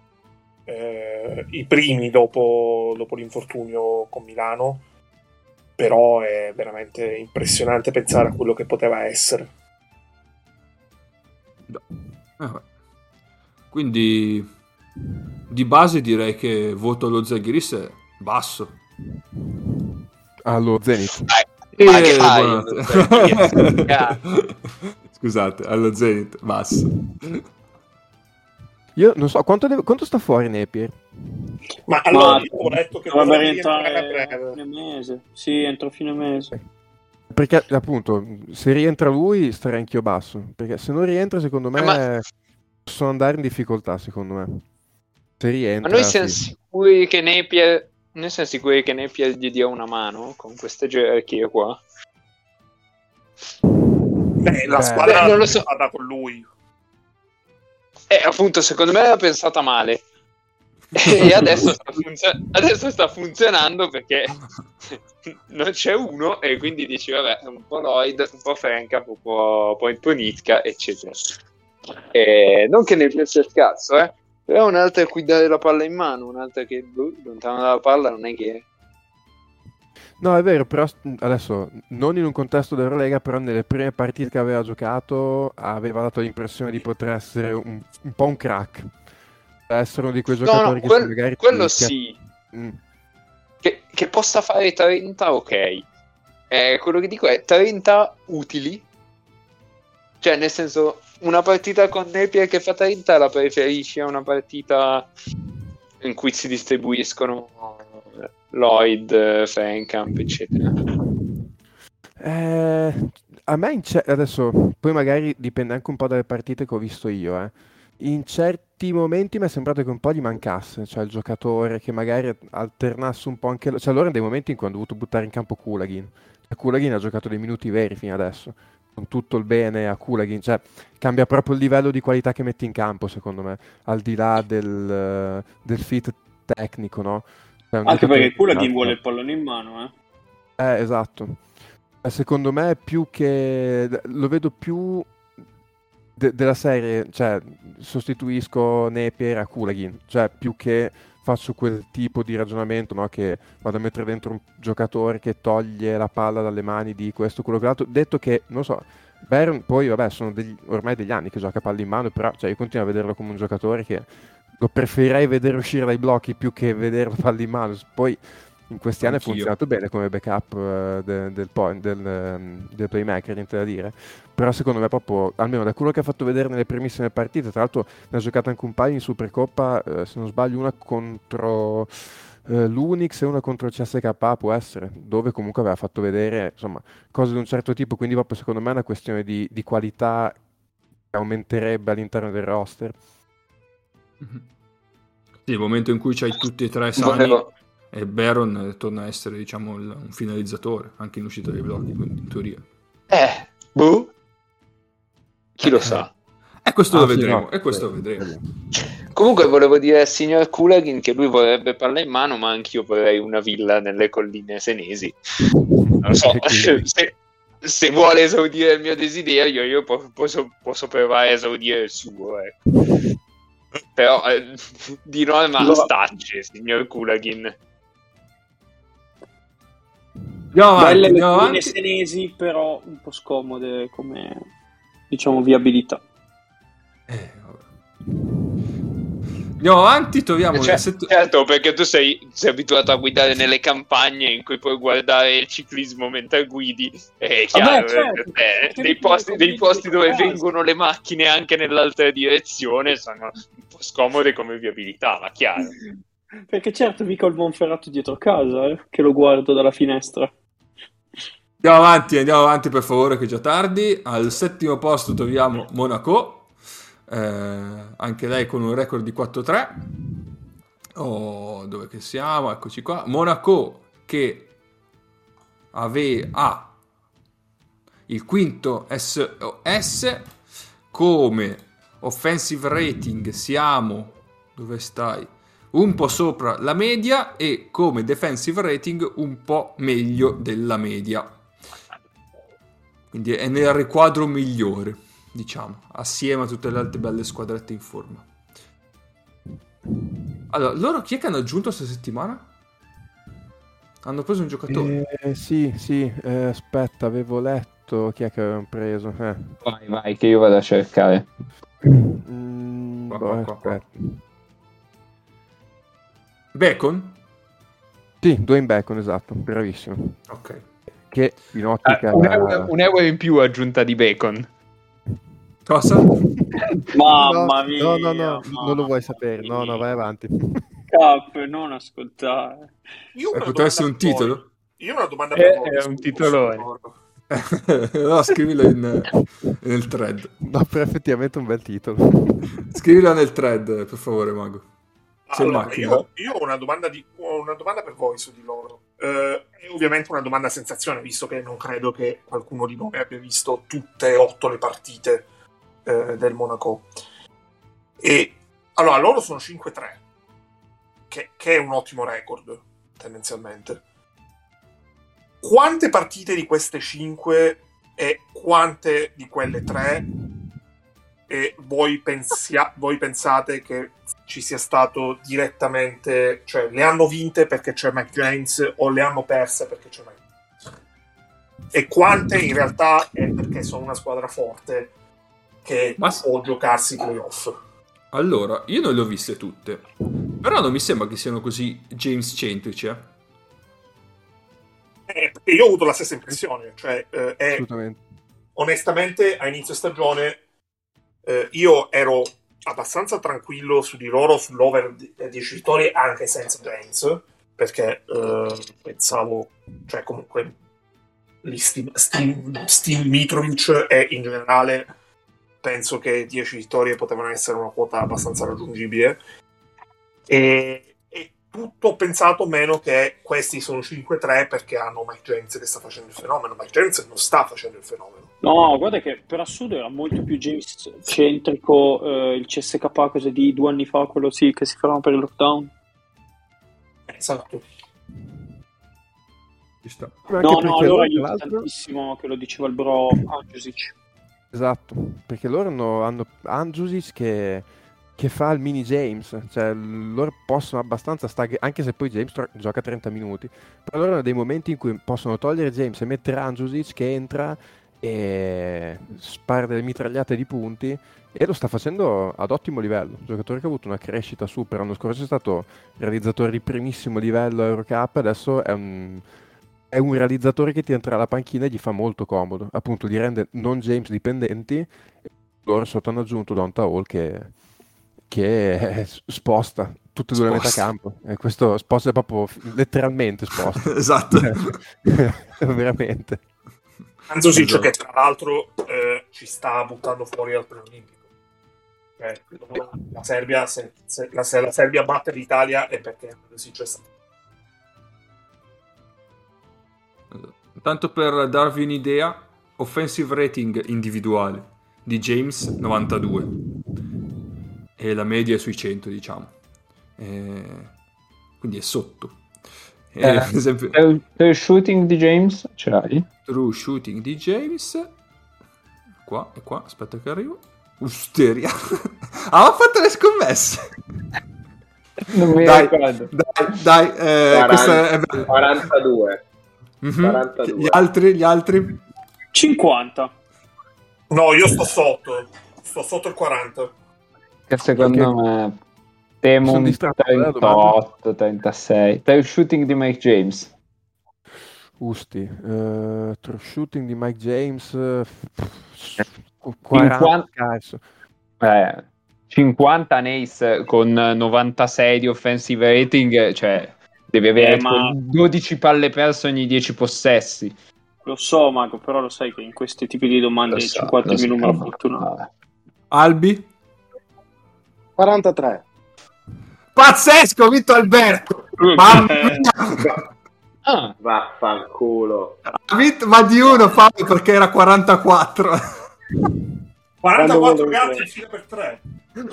i primi dopo l'infortunio con Milano, però è veramente impressionante pensare a quello che poteva essere. Quindi di base direi che voto allo Zalgiris è basso. Allo Zenit. Scusate, allo Zenit basso. Io non so quanto sta fuori Napier. Ma allora io ho letto che dovrebbe rientrare rientrare a breve. fine mese. Sì, entro fine mese. Perché appunto se rientra lui starei anch'io basso, perché se non rientra secondo me possono andare in difficoltà, secondo me. Se rientra, ma noi siamo sicuri che Napier gli dia una mano con queste gerarchie qua? La squadra non lo so. vada con lui. Appunto, secondo me l'ha pensata male. E adesso sta funzionando perché non c'è uno, e quindi dici vabbè, un po' Lloyd, un po' Frankham, un po' Ponitka, eccetera. Non che ne piace il cazzo, però un'altra è qui dare la palla in mano, un'altra che lontano dalla palla non è che No, è vero, però adesso non in un contesto d'Eurolega, però nelle prime partite che aveva giocato aveva dato l'impressione di poter essere un po' un crack. Essere uno di quei giocatori che magari quello sì. Che possa fare 30, ok. Quello che dico è 30 utili. Cioè, nel senso, una partita con Napier che fa 30 la preferisci a una partita in cui si distribuiscono Lloyd, Frankamp, eccetera. A me adesso, poi magari dipende anche un po' dalle partite che ho visto io, In certi momenti mi è sembrato che un po' gli mancasse, cioè il giocatore che magari alternasse un po' anche... Cioè allora in dei momenti in cui hanno dovuto buttare in campo Kulagin. Kulagin ha giocato dei minuti veri fino adesso, con tutto il bene a Kulagin, cioè cambia proprio il livello di qualità che metti in campo, secondo me, al di là del fit tecnico, no? Cioè, anche perché Kulagin vuole il pallone in mano, esatto. Secondo me più che... lo vedo più... della serie, cioè sostituisco Napier a Kulagin, cioè più che faccio quel tipo di ragionamento, no, che vado a mettere dentro un giocatore che toglie la palla dalle mani di questo, quello, quell'altro, detto che, non so, Baron poi vabbè sono ormai degli anni che gioca palla in mano, però cioè, io continuo a vederlo come un giocatore che lo preferirei vedere uscire dai blocchi più che vederlo palla in mano, poi in questi anni ha funzionato bene come backup del playmaker, niente da dire. Però secondo me proprio, almeno da quello che ha fatto vedere nelle primissime partite, tra l'altro ne ha giocato anche un paio in Supercoppa, se non sbaglio una contro l'Unix e una contro il CSKA può essere, dove comunque aveva fatto vedere insomma cose di un certo tipo, quindi proprio secondo me è una questione di qualità che aumenterebbe all'interno del roster. Sì, il momento in cui c'hai tutti e tre sani e Baron torna a essere, diciamo, un finalizzatore anche in uscita dei blocchi, quindi in teoria. Chi lo sa? E questo lo vedremo, no, lo vedremo. Comunque volevo dire al signor Kulagin che lui vorrebbe palla in mano, ma anch'io vorrei una villa nelle colline senesi. Non so, se vuole esaudire il mio desiderio, io posso provare a esaudire il suo, Però di norma stacce, signor Kulagin. Belle le colline senesi, però un po' scomode come, diciamo, viabilità. Andiamo avanti, troviamo certo, perché tu sei abituato a guidare nelle campagne in cui puoi guardare il ciclismo mentre guidi, è chiaro. Certo. Dei posti dove vengono le macchine anche nell'altra direzione sono un po' scomode come viabilità, ma chiaro. Perché certo, mica ho il Monferrato dietro casa, che lo guardo dalla finestra. Andiamo avanti per favore, che è già tardi. Al 7° posto troviamo Monaco, anche lei con un record di 4-3. Dove che siamo? Eccoci qua. Monaco che ha il quinto SOS come offensive rating, siamo, dove stai? Un po' sopra la media, e come defensive rating un po' meglio della media, quindi è nel riquadro migliore, diciamo, assieme a tutte le altre belle squadrette in forma. Allora, loro chi è che hanno aggiunto questa settimana? Hanno preso un giocatore? Sì, aspetta, avevo letto chi è che avevano preso. Vai, che io vado a cercare. Qua. Bacon? Sì, Dwayne Bacon, esatto, bravissimo. Ok. Che in ottica un euro in più aggiunta di Bacon. Cosa? Mamma mia. No, non lo vuoi sapere. No, vai avanti. Cap, non ascoltare. Potrebbe essere un titolo? Io ho una domanda per voi. È un titolone. No, scrivilo nel thread. No, però effettivamente un bel titolo. Scrivilo nel thread, per favore, Mago. Allora, io ho una domanda per voi su di loro. È ovviamente una domanda a sensazione, visto che non credo che qualcuno di noi abbia visto tutte e 8 le partite del Monaco. E allora, loro sono 5-3, che è un ottimo record, tendenzialmente. Quante partite di queste 5 e quante di quelle 3 e voi pensate che ci sia stato direttamente, cioè le hanno vinte perché c'è Mike James o le hanno perse perché c'è Mike James, e quante in realtà è perché sono una squadra forte che può giocarsi i playoff. Allora, io non le ho viste tutte, però non mi sembra che siano così James centrici, perché io ho avuto la stessa impressione, cioè Assolutamente. Onestamente a inizio stagione io ero abbastanza tranquillo su di loro, sull'over 10 vittorie anche senza James, perché pensavo, cioè comunque Steve Mitrovic e in generale penso che 10 vittorie potevano essere una quota abbastanza raggiungibile, e tutto pensato meno che questi sono 5-3 perché hanno Mike James che sta facendo il fenomeno. Mike James non sta facendo il fenomeno. No, guarda che per assurdo era molto più James centrico il CSK cosa di 2 anni fa, quello sì, che si fermava per il lockdown. Esatto. No, allora aiuta tantissimo che lo diceva il bro Andjusic. Esatto, perché loro hanno Andjusic che fa il mini James, cioè loro possono abbastanza anche se poi James gioca 30 minuti, però loro hanno dei momenti in cui possono togliere James e mettere Andjusic che entra e spara delle mitragliate di punti, e lo sta facendo ad ottimo livello. Un giocatore che ha avuto una crescita super. L'anno scorso è stato realizzatore di primissimo livello Eurocup, adesso è un realizzatore che ti entra alla panchina e gli fa molto comodo, appunto li rende non James dipendenti. Loro sotto hanno aggiunto Donta Hall che sposta tutte e due le metà campo, e questo sposta è proprio letteralmente sposta. Esatto. Veramente. Andjusic che tra l'altro ci sta buttando fuori dal preolimpico. La Serbia, se la Serbia batte l'Italia è perché Andjusic è stato. Tanto per darvi un'idea, offensive rating individuale di James 92 e la media è sui 100, diciamo, quindi è sotto. Per esempio, true shooting di James ce l'hai? True shooting di James qua, aspetta che arrivo. Usteria. Ha fatto le scommesse. Non mi ricordo. Dai, questa è bella. 42. Mm-hmm. 42. Gli altri 50. No, io sto sotto il 40. Che secondo me temo un 38, 36. True shooting di Mike James. True shooting di Mike James 40 50 Nace con 96 di offensive rating, cioè devi avere 12 palle perse ogni 10 possessi. Lo so, Mago, però lo sai che in questi tipi di domande 50 il numero fortunato. Albi 43. Pazzesco, ho vinto Alberto. Mamma mia. Vaffanculo. Ha vinto, ma di uno Fabio, perché era 44. 44 gatti in fila per 3.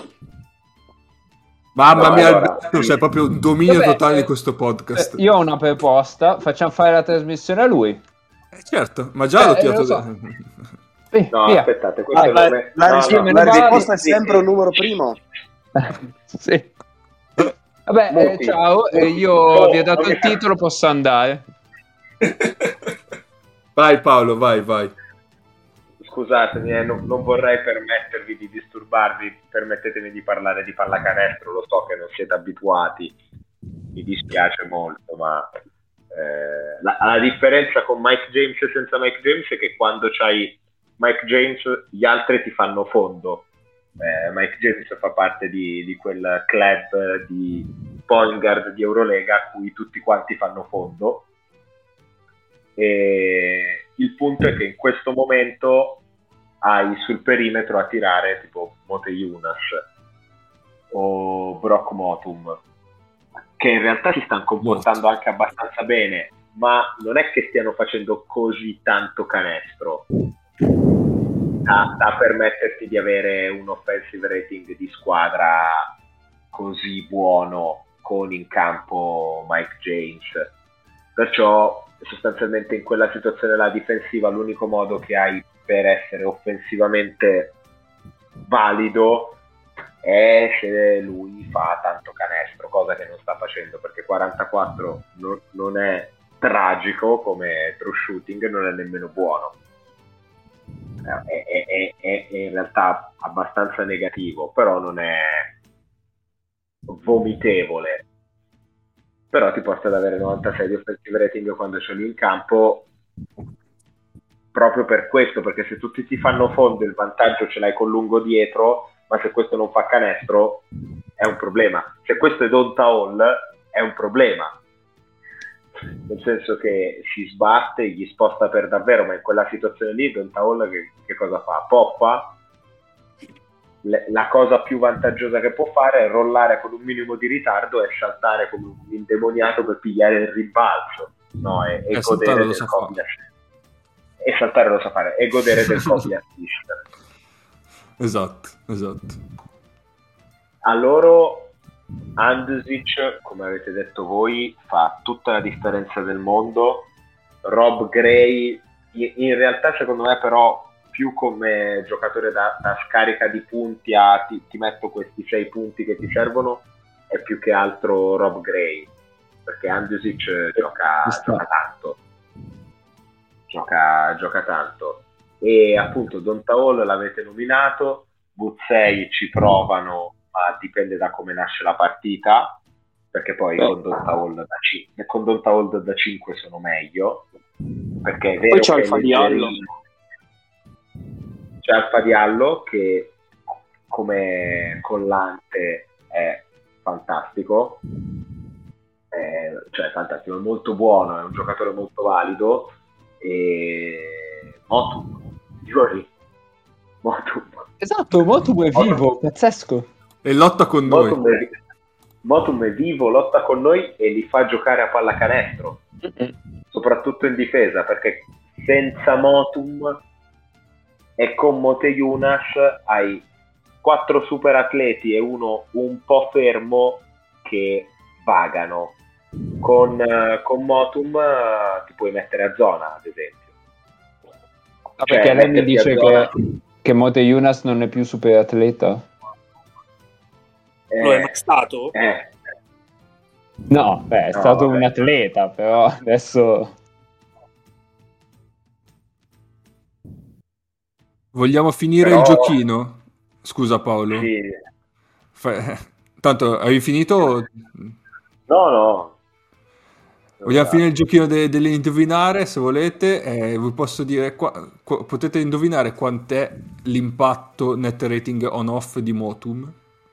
Mamma mia, allora, Alberto, c'è proprio un dominio totale di questo podcast. Io ho una proposta, facciamo fare la trasmissione a lui. Certo, ma già l'ho tirato. No, via. aspettate, questo la risposta è sempre un numero primo. Sì. Vabbè, ciao, io vi ho dato il titolo, posso andare. Vai Paolo, vai. Scusatemi, non vorrei permettervi di disturbarvi, permettetemi di parlare di pallacanestro, lo so che non siete abituati, mi dispiace molto, ma la differenza con Mike James e senza Mike James è che quando c'hai Mike James gli altri ti fanno fondo. Mike James fa parte di quel club di point guard di Eurolega a cui tutti quanti fanno fondo, e il punto è che in questo momento hai sul perimetro a tirare tipo Mote Jonas o Brock Motum, che in realtà si stanno comportando anche abbastanza bene, ma non è che stiano facendo così tanto canestro da permetterti di avere un offensive rating di squadra così buono con in campo Mike James. Perciò sostanzialmente in quella situazione la difensiva l'unico modo che hai per essere offensivamente valido è se lui fa tanto canestro, cosa che non sta facendo, perché 44 non è tragico come true shooting, non è nemmeno buono, è in realtà abbastanza negativo, però non è vomitevole, però ti porta ad avere 96 di offensive rating quando c'è lui in campo, proprio per questo, perché se tutti ti fanno fondo il vantaggio ce l'hai con Lungo dietro, ma se questo non fa canestro è un problema. Se questo è Donta Hall è un problema, nel senso che si sbatte, gli sposta per davvero, ma in quella situazione lì Donta Hall che cosa fa? Poppa. La cosa più vantaggiosa che può fare è rollare con un minimo di ritardo e saltare come un indemoniato per pigliare il rimbalzo, no? E godere del copy assist. E saltare lo sa fare, e godere del copy assist. Esatto. A loro Andžić, come avete detto voi, fa tutta la differenza del mondo. Rob Gray in realtà secondo me però più come giocatore da scarica di punti ti metto questi 6 punti che ti servono, è più che altro Rob Gray, perché Andžić gioca tanto, e appunto Donta Hall l'avete nominato, Buzzei ci provano, ma dipende da come nasce la partita, perché poi con Donta Hall da 5 sono meglio, perché è vero poi c'è che Alfa Diallo. C'è Alfa Diallo che come collante è fantastico, è molto buono, è un giocatore molto valido, e Motum. Esatto, Motum è vivo, pazzesco. E lotta con noi. Motum è vivo, lotta con noi e li fa giocare a pallacanestro, soprattutto in difesa, perché senza Motum e con Motiejunas hai 4 super atleti e uno un po' fermo che vagano. Con Motum ti puoi mettere a zona, ad esempio. Perché lei mi dice che Motiejunas non è più super atleta? Lo è mai stato? No, è stato un atleta, però adesso... Vogliamo finire il giochino? Scusa Paolo. Sì. Tanto, hai finito? No. Vogliamo finire il giochino delle indovinare, se volete. Vi posso dire, potete indovinare quant'è l'impatto net rating on-off di Motum?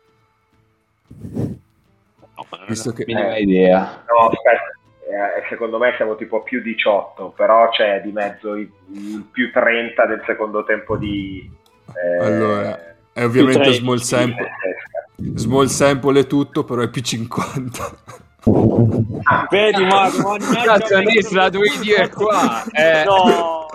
Visto che... minima idea. No, aspetta. Secondo me siamo tipo a più 18, però c'è di mezzo il più 30 del secondo tempo di... allora, è ovviamente small sample e tutto, però è più 50. Vedi, ma cazzo, la dovevi dire qua. No.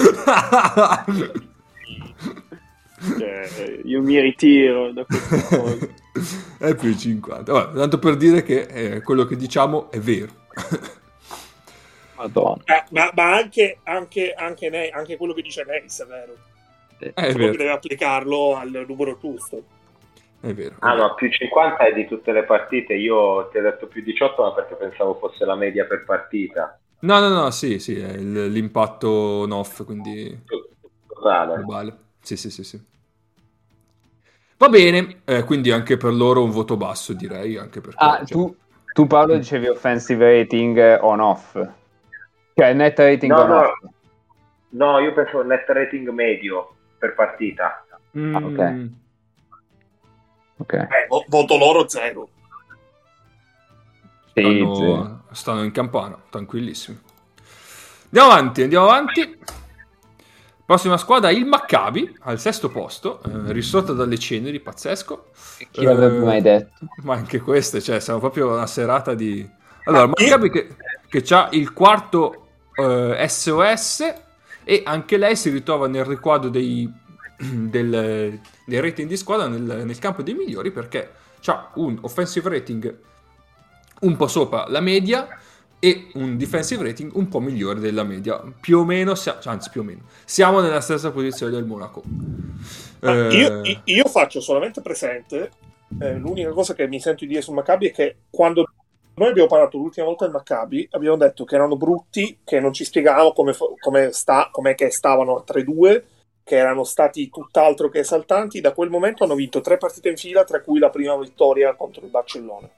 Io mi ritiro da questa cosa. È più 50. Vabbè, tanto per dire che quello che diciamo è vero. Madonna. Ma anche quello che dice Neis è vero. È vero. Deve applicarlo al numero giusto. È vero. Ma più 50 è di tutte le partite. Io ti ho detto più 18, ma perché pensavo fosse la media per partita. No, sì, è l'impatto on-off, quindi totale. Globale. Sì. Va bene, quindi anche per loro un voto basso, direi, anche perché... Tu Paolo dicevi offensive rating on-off. Cioè net rating on-off. No, io penso net rating medio per partita. Ok. Voto loro 0. Stanno in campana, tranquillissimi. Andiamo avanti. Prossima squadra, il Maccabi, al 6° posto, risorta dalle ceneri, pazzesco. Chi l'avrebbe mai detto? Ma anche queste, cioè, siamo proprio una serata di... Allora, il Maccabi che ha il 4° SOS, e anche lei si ritrova nel riquadro dei rating di squadra nel campo dei migliori, perché ha un offensive rating un po' sopra la media e un defensive rating un po' migliore della media, più o meno siamo nella stessa posizione del Monaco. Io faccio solamente presente l'unica cosa che mi sento di dire sul Maccabi è che quando noi abbiamo parlato l'ultima volta del Maccabi, abbiamo detto che erano brutti, che non ci spiegavamo com'è che stavano a 3-2, che erano stati tutt'altro che esaltanti. Da quel momento hanno vinto 3 partite in fila, tra cui la prima vittoria contro il Barcellona.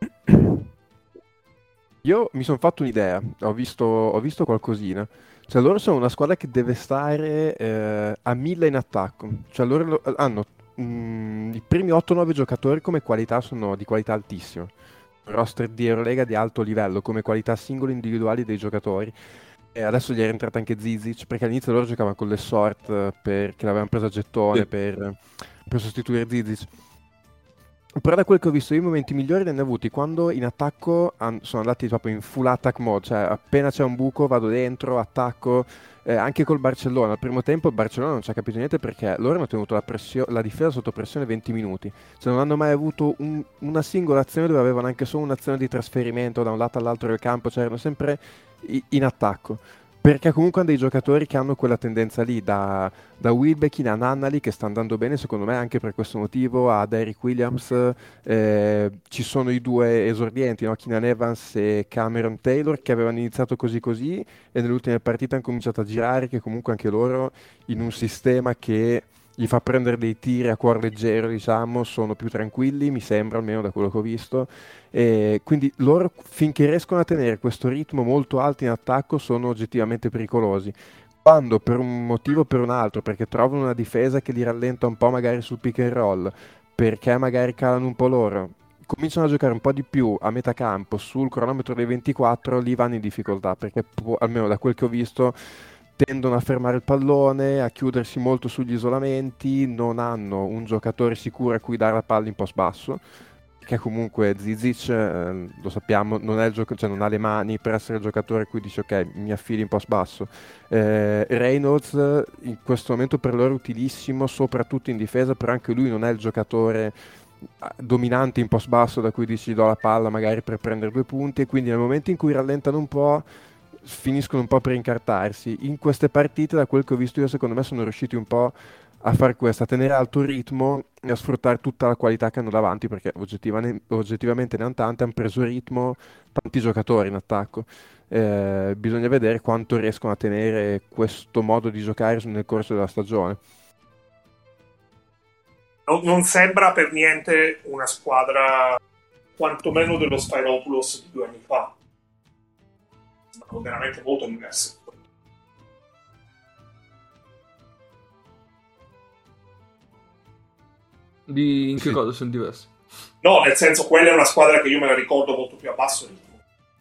Io mi sono fatto un'idea, ho visto qualcosina. Cioè loro sono una squadra che deve stare a 1000 in attacco. Cioè loro hanno i primi 8-9 giocatori come qualità sono di qualità altissima. Roster di Eurolega di alto livello come qualità singole individuali dei giocatori. E adesso gli è rientrato anche Zizic, perché all'inizio loro giocavano con le Sort perché l'avevano presa a gettone Sì. per sostituire Zizic. Però da quel che ho visto io i momenti migliori li hanno avuti quando in attacco sono andati proprio in full attack mode, cioè appena c'è un buco vado dentro, attacco, anche col Barcellona. Al primo tempo il Barcellona non ci ha capito niente perché loro hanno tenuto la difesa sotto pressione 20 minuti, cioè non hanno mai avuto una singola azione dove avevano anche solo un'azione di trasferimento da un lato all'altro del campo, cioè erano sempre in attacco. Perché comunque hanno dei giocatori che hanno quella tendenza lì, da Wilbekin a Nannali che sta andando bene secondo me anche per questo motivo, a Derrick Williams, ci sono i due esordienti, no? Keenan Evans e Cameron Taylor che avevano iniziato così così e nelle ultime partite hanno cominciato a girare, che comunque anche loro in un sistema che gli fa prendere dei tiri a cuor leggero, diciamo, sono più tranquilli, mi sembra, almeno da quello che ho visto. E quindi loro, finché riescono a tenere questo ritmo molto alto in attacco, sono oggettivamente pericolosi. Quando per un motivo o per un altro, perché trovano una difesa che li rallenta un po' magari sul pick and roll, perché magari calano un po' loro, cominciano a giocare un po' di più a metà campo sul cronometro dei 24, lì vanno in difficoltà, perché almeno da quel che ho visto tendono a fermare il pallone, a chiudersi molto sugli isolamenti, non hanno un giocatore sicuro a cui dare la palla in post basso, che comunque Zizic, lo sappiamo, non, è cioè non ha le mani per essere il giocatore a cui dice ok, mi affili in post basso. Reynolds in questo momento per loro è utilissimo, soprattutto in difesa, però anche lui non è il giocatore dominante in post basso da cui dici do la palla magari per prendere 2 punti, e quindi nel momento in cui rallentano un po' finiscono un po' per incartarsi. In queste partite, da quel che ho visto io, secondo me sono riusciti un po' a fare questo, a tenere alto il ritmo e a sfruttare tutta la qualità che hanno davanti, perché oggettivamente ne hanno tante, hanno preso il ritmo tanti giocatori in attacco. Bisogna vedere quanto riescono a tenere questo modo di giocare nel corso della stagione. Non sembra per niente una squadra quantomeno dello Spyropoulos di 2 anni fa. Sono veramente molto diverse. In che cosa sono diversi? No, nel senso, quella è una squadra che io me la ricordo molto più a basso ritmo.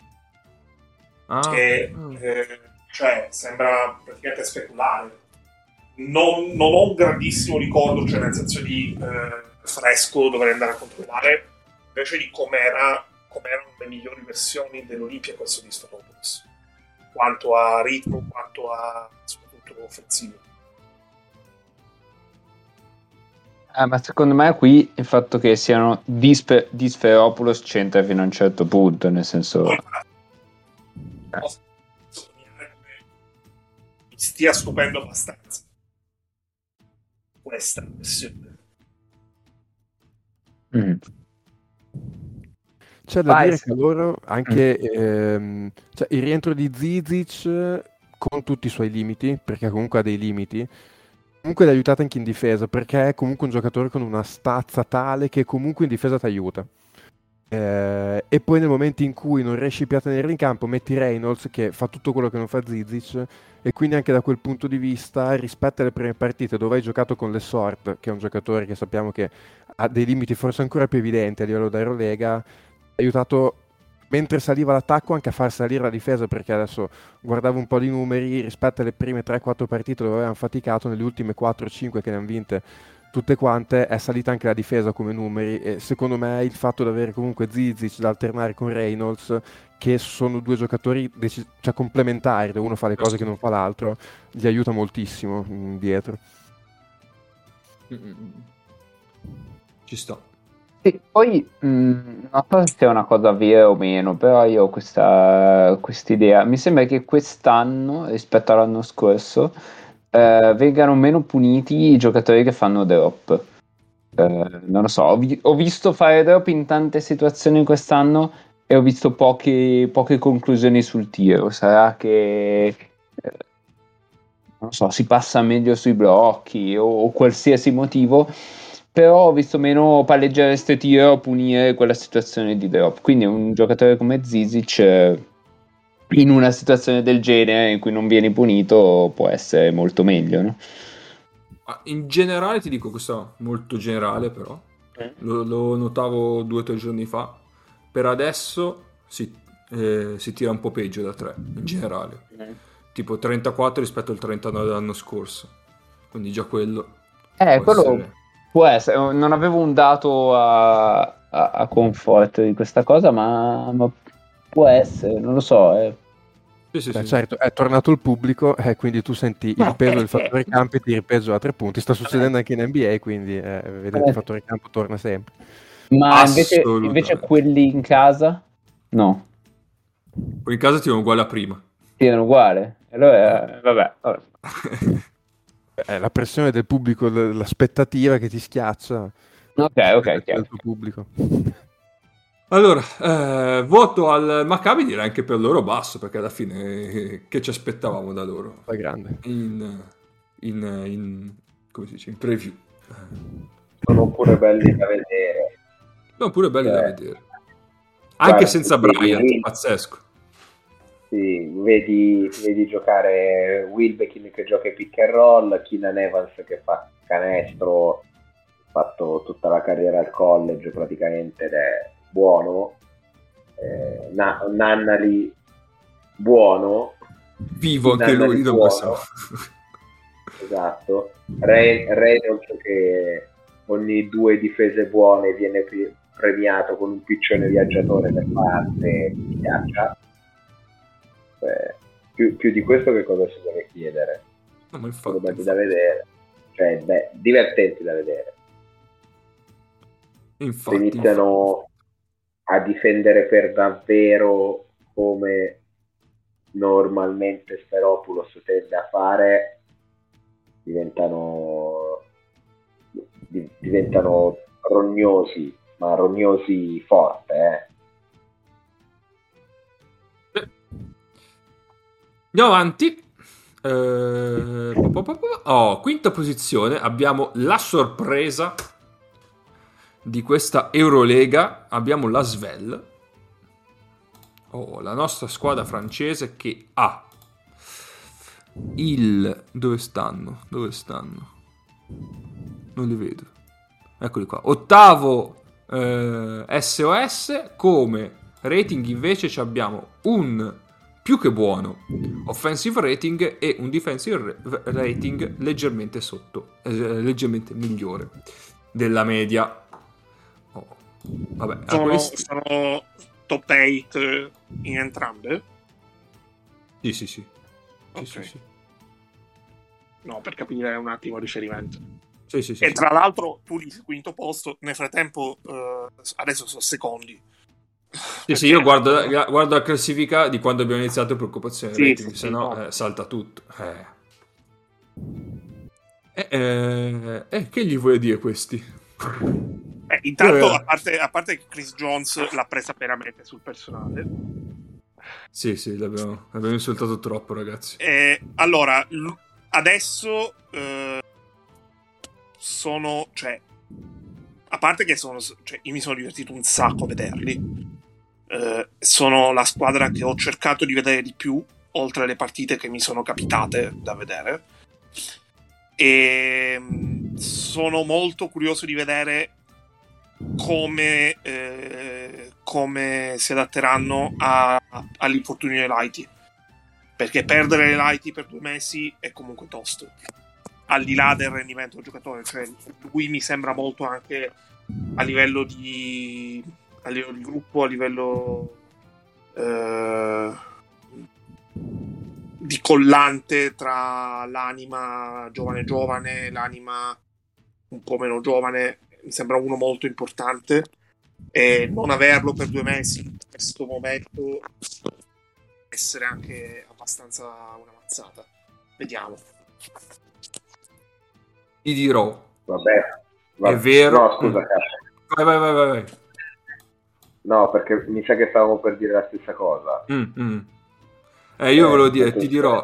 Cioè, sembra praticamente speculare. Non ho un grandissimo ricordo, cioè nel senso di fresco dovrei andare a controllare, invece di com'erano le migliori versioni dell'Olimpia questo di Stropoulos, quanto a ritmo, quanto a soprattutto offensivo. Ma secondo me qui il fatto che siano di Sferopoulos c'entra fino a un certo punto, nel senso... Posso sottolineare come mi stia stupendo abbastanza questa versione. C'è da dire che loro anche cioè, il rientro di Zizic con tutti i suoi limiti, perché comunque ha dei limiti, comunque l'ha aiutato anche in difesa, perché è comunque un giocatore con una stazza tale che comunque in difesa ti aiuta. E poi nel momento in cui non riesci più a tenerlo in campo metti Reynolds che fa tutto quello che non fa Zizic, e quindi anche da quel punto di vista rispetto alle prime partite dove hai giocato con l'Essort, che è un giocatore che sappiamo che ha dei limiti forse ancora più evidenti a livello da Eurolega, ha aiutato mentre saliva l'attacco anche a far salire la difesa, perché adesso guardavo un po' di numeri rispetto alle prime 3-4 partite dove avevano faticato, nelle ultime 4-5 che ne hanno vinte tutte quante è salita anche la difesa come numeri, e secondo me il fatto di avere comunque Zizic da alternare con Reynolds, che sono due giocatori cioè complementari, dove uno fa le cose che non fa l'altro, gli aiuta moltissimo dietro. Ci sto. E poi non so se sia una cosa vera o meno, però io ho questa idea. Mi sembra che quest'anno rispetto all'anno scorso vengano meno puniti i giocatori che fanno drop. non lo so, ho visto fare drop in tante situazioni quest'anno e ho visto poche conclusioni sul tiro. Sarà che non so, si passa meglio sui blocchi o qualsiasi motivo, però ho visto meno palleggiare ste tiro o punire quella situazione di drop. Quindi un giocatore come Zizic in una situazione del genere in cui non vieni punito può essere molto meglio, no? In generale ti dico, questo è molto generale però, lo notavo 2 o 3 giorni fa, per adesso si tira un po' peggio da 3 in generale, tipo 34 rispetto al 39 dell'anno scorso, quindi già quello quello può essere. Non avevo un dato a conforto di questa cosa, ma può essere, non lo so. Sì. Certo, è tornato il pubblico, quindi tu senti il peso del fattore campo e ti ripeso a 3 punti. Sta succedendo anche in NBA, quindi vedete il fattore campo torna sempre. Ma invece quelli in casa? No. Quelli in casa tirano uguale a prima. Tirano uguale? Allora, vabbè. È la pressione del pubblico, l'aspettativa che ti schiaccia. Ok. Del tuo pubblico. Allora, voto al Maccabi direi anche per loro basso, perché alla fine che ci aspettavamo da loro? Fa grande. In come si dice, in preview. Sono pure belli da vedere. Sono pure belli da vedere. Anche senza Bryant, pazzesco. Sì, vedi giocare Wilbekin che gioca pick and roll, Keenan Evans che fa canestro, ha fatto tutta la carriera al college praticamente ed è buono, Nannali buono, vivo anche lui, non possiamo. Esatto, Reynolds che ogni 2 difese buone viene premiato con un piccione viaggiatore per parte, mi piace. Più di questo che cosa si deve chiedere? No, ma infatti. Da vedere, cioè divertenti da vedere. Infatti, iniziano a difendere per davvero come normalmente Sferopoulos tende a fare, diventano rognosi, ma rognosi forte, Andiamo avanti. Quinta posizione abbiamo la sorpresa di questa Eurolega, abbiamo la Svel, la nostra squadra francese che ha dove stanno? Non li vedo, eccoli qua. Ottavo SOS, come rating invece abbiamo un più che buono offensive rating e un defensive rating leggermente leggermente migliore della media. Vabbè, sono top 8 in entrambe? Sì. Okay. Sì. No, per capire un attimo il riferimento. Sì. E tra l'altro tu dici quinto posto, nel frattempo adesso sono secondi. Sì, io guardo la classifica di quando abbiamo iniziato preoccupazione rating, se no salta tutto. Che gli vuoi dire questi? Intanto, a parte che Chris Jones l'ha presa veramente sul personale. Sì, l'abbiamo insultato troppo, ragazzi. Allora, adesso a parte che io mi sono divertito un sacco a vederli. Sono la squadra che ho cercato di vedere di più, oltre alle partite che mi sono capitate da vedere, e sono molto curioso di vedere come si adatteranno all'infortunio dei Lighty, perché perdere le Lighty per 2 mesi è comunque tosto, al di là del rendimento del giocatore. Cioè, lui mi sembra molto anche a livello di gruppo, a livello di collante tra l'anima giovane, l'anima un po' meno giovane. Mi sembra uno molto importante, e non averlo per 2 mesi in questo momento essere anche abbastanza una mazzata. Vediamo. Ti dirò, vabbè, è vero. No, scusa, cazzo. Vai. No, perché mi sa che stavamo per dire la stessa cosa. Io volevo dire, ti dirò,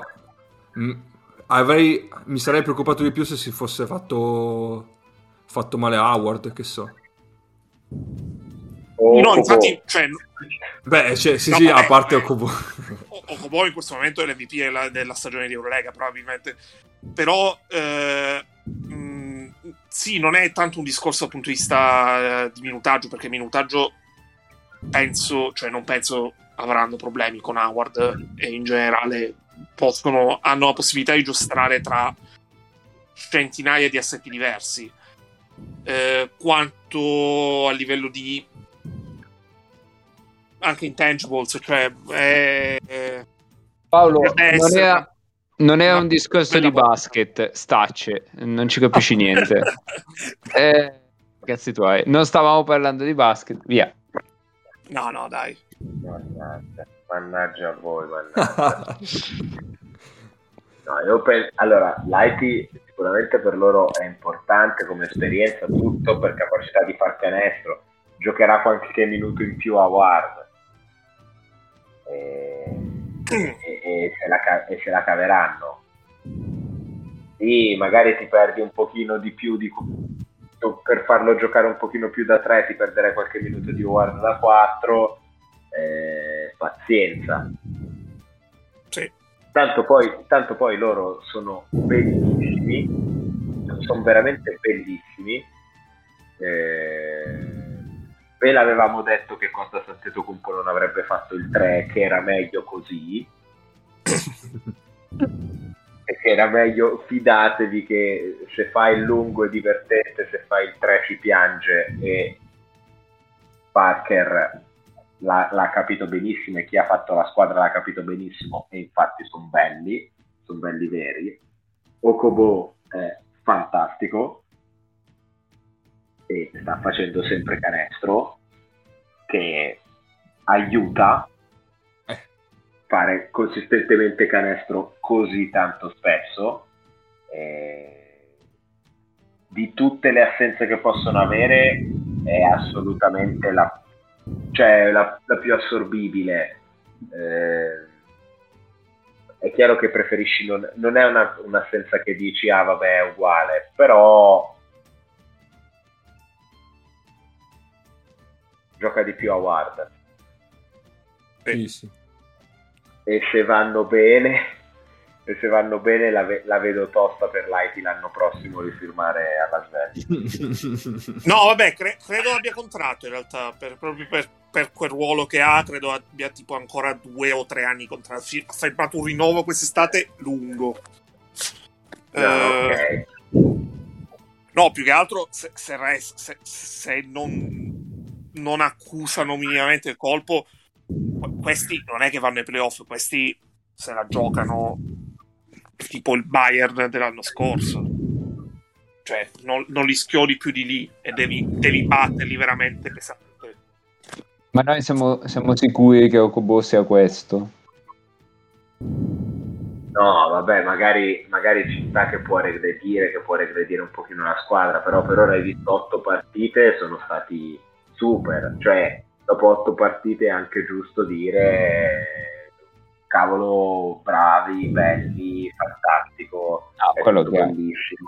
mi sarei preoccupato di più se si fosse fatto male a Howard, che so. No, infatti, cioè... Sì, a parte Okobo. Okobo in questo momento è l'MVP della stagione di Eurolega, probabilmente. Però, sì, non è tanto un discorso dal punto di vista di minutaggio, perché minutaggio non penso avranno problemi con Howard, e in generale hanno la possibilità di giostrare tra centinaia di assetti diversi. Quanto a livello di anche intangibles, cioè Paolo, non era un discorso di basket, stacce, non ci capisci niente. Cazzi tuoi, non stavamo parlando di basket, via. No, dai. Mannaggia a voi, mannaggia. No, allora, l'IT sicuramente per loro è importante come esperienza, tutto per capacità di far canestro. Giocherà qualche minuto in più a Ward e se la caveranno. Sì, magari ti perdi un pochino di più per farlo giocare un pochino più da 3, ti perderai qualche minuto di Ward da 4. Pazienza. Sì. Tanto poi loro sono bellissimi, sono veramente bellissimi. Ve l'avevamo detto che Costa Antetokounmpo non avrebbe fatto il 3, che era meglio così. E che era meglio, fidatevi che se fai il lungo è divertente, se fai il 3 ci piange, e Parker l'ha capito benissimo, e chi ha fatto la squadra l'ha capito benissimo, e infatti sono belli veri. Okobo è fantastico e sta facendo sempre canestro, che aiuta fare consistentemente canestro così tanto spesso. Di tutte le assenze che possono avere è assolutamente la più assorbibile. È chiaro che preferisci non è un'assenza che dici vabbè è uguale, però gioca di più a Ward. Sì. E se vanno bene la vedo tosta per l'IT l'anno prossimo rifirmare a Las Vegas. No, vabbè, credo abbia contratto in realtà, proprio per quel ruolo che ha, credo abbia tipo ancora 2 o 3 anni contratto. Ha firmato un rinnovo quest'estate lungo. Ok. No, più che altro se non accusano minimamente il colpo, questi non è che vanno ai playoff, questi se la giocano tipo il Bayern dell'anno scorso, cioè non li schiodi più di lì, e devi batterli veramente pesante. Ma noi siamo sicuri che Okobo sia questo? No, vabbè, magari ci sta che può regredire un pochino la squadra, però per ora hai visto 8 partite, sono stati super, cioè dopo 8 partite è anche giusto dire cavolo, bravi, belli, fantastico, è quello tutto che bellissimo.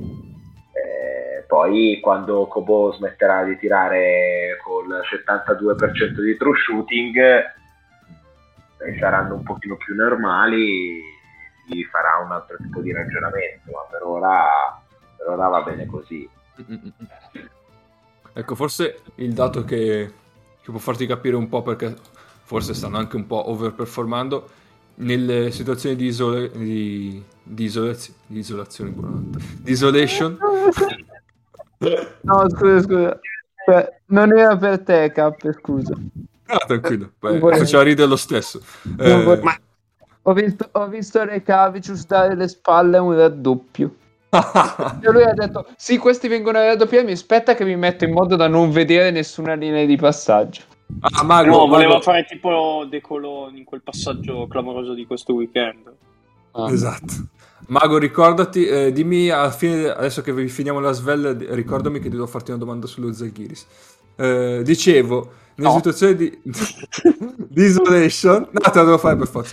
Poi quando Kobo smetterà di tirare col 72% di true shooting e saranno un pochino più normali, si farà un altro tipo di ragionamento, ma per ora va bene così. Ecco, forse il dato che può farti capire un po', perché forse stanno anche un po' overperformando nelle situazioni di isolazione, buonanotte, di isolation. No, scusa. Non era per te, Cap, scusa. Tranquillo, faceva ridere lo stesso. Ma ho visto Rekavicius dare le spalle a un raddoppio. E lui ha detto: sì, questi vengono a raddoppiare, mi aspetta che mi metto in modo da non vedere nessuna linea di passaggio. Mago. Voleva fare tipo De Colò in quel passaggio clamoroso di questo weekend. Esatto. Mago, ricordati, dimmi alla fine, adesso che finiamo la Svel, ricordami che devo farti una domanda sullo Zalgiris. Dicevo, nella situazione di isolation, no, te la devo fare per forza.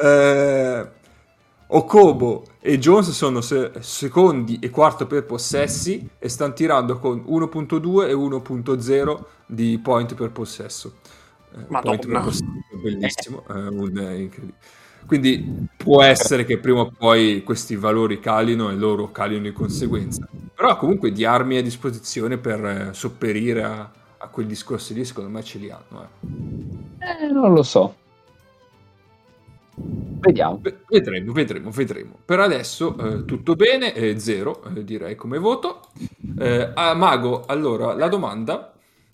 Okobo e Jones sono secondi e quarto per possessi e stanno tirando con 1.2 e 1.0 di point per possesso. Point per possesso, bellissimo, incredibile. Quindi può essere che prima o poi questi valori calino e loro calino di conseguenza, però comunque di armi a disposizione per sopperire a quei discorsi lì secondo me ce li hanno. Non lo so, vediamo. Vedremo. Per adesso tutto bene, 0 direi come voto. A Mago, allora la domanda,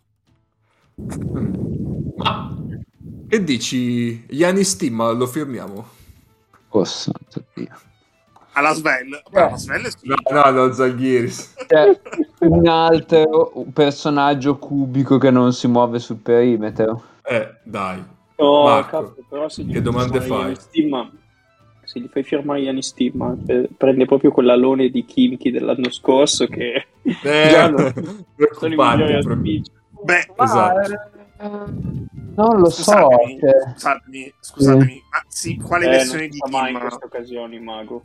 ma che dici, Giannis Team lo firmiamo? Oh santo Dio. Alla Svel? La Svel è No, Zalgiris. Un altro personaggio cubico che non si muove sul perimetro. Dai. No, Marco, però se che domande fai? Se gli fai firmare Giannis Team, prende proprio quell'alone di Kimchi dell'anno scorso che già non sono i migliori a spinge. Beh, esatto. Non lo so. Scusatemi, ma sì, quale versione di mai in team? queste occasioni, Mago.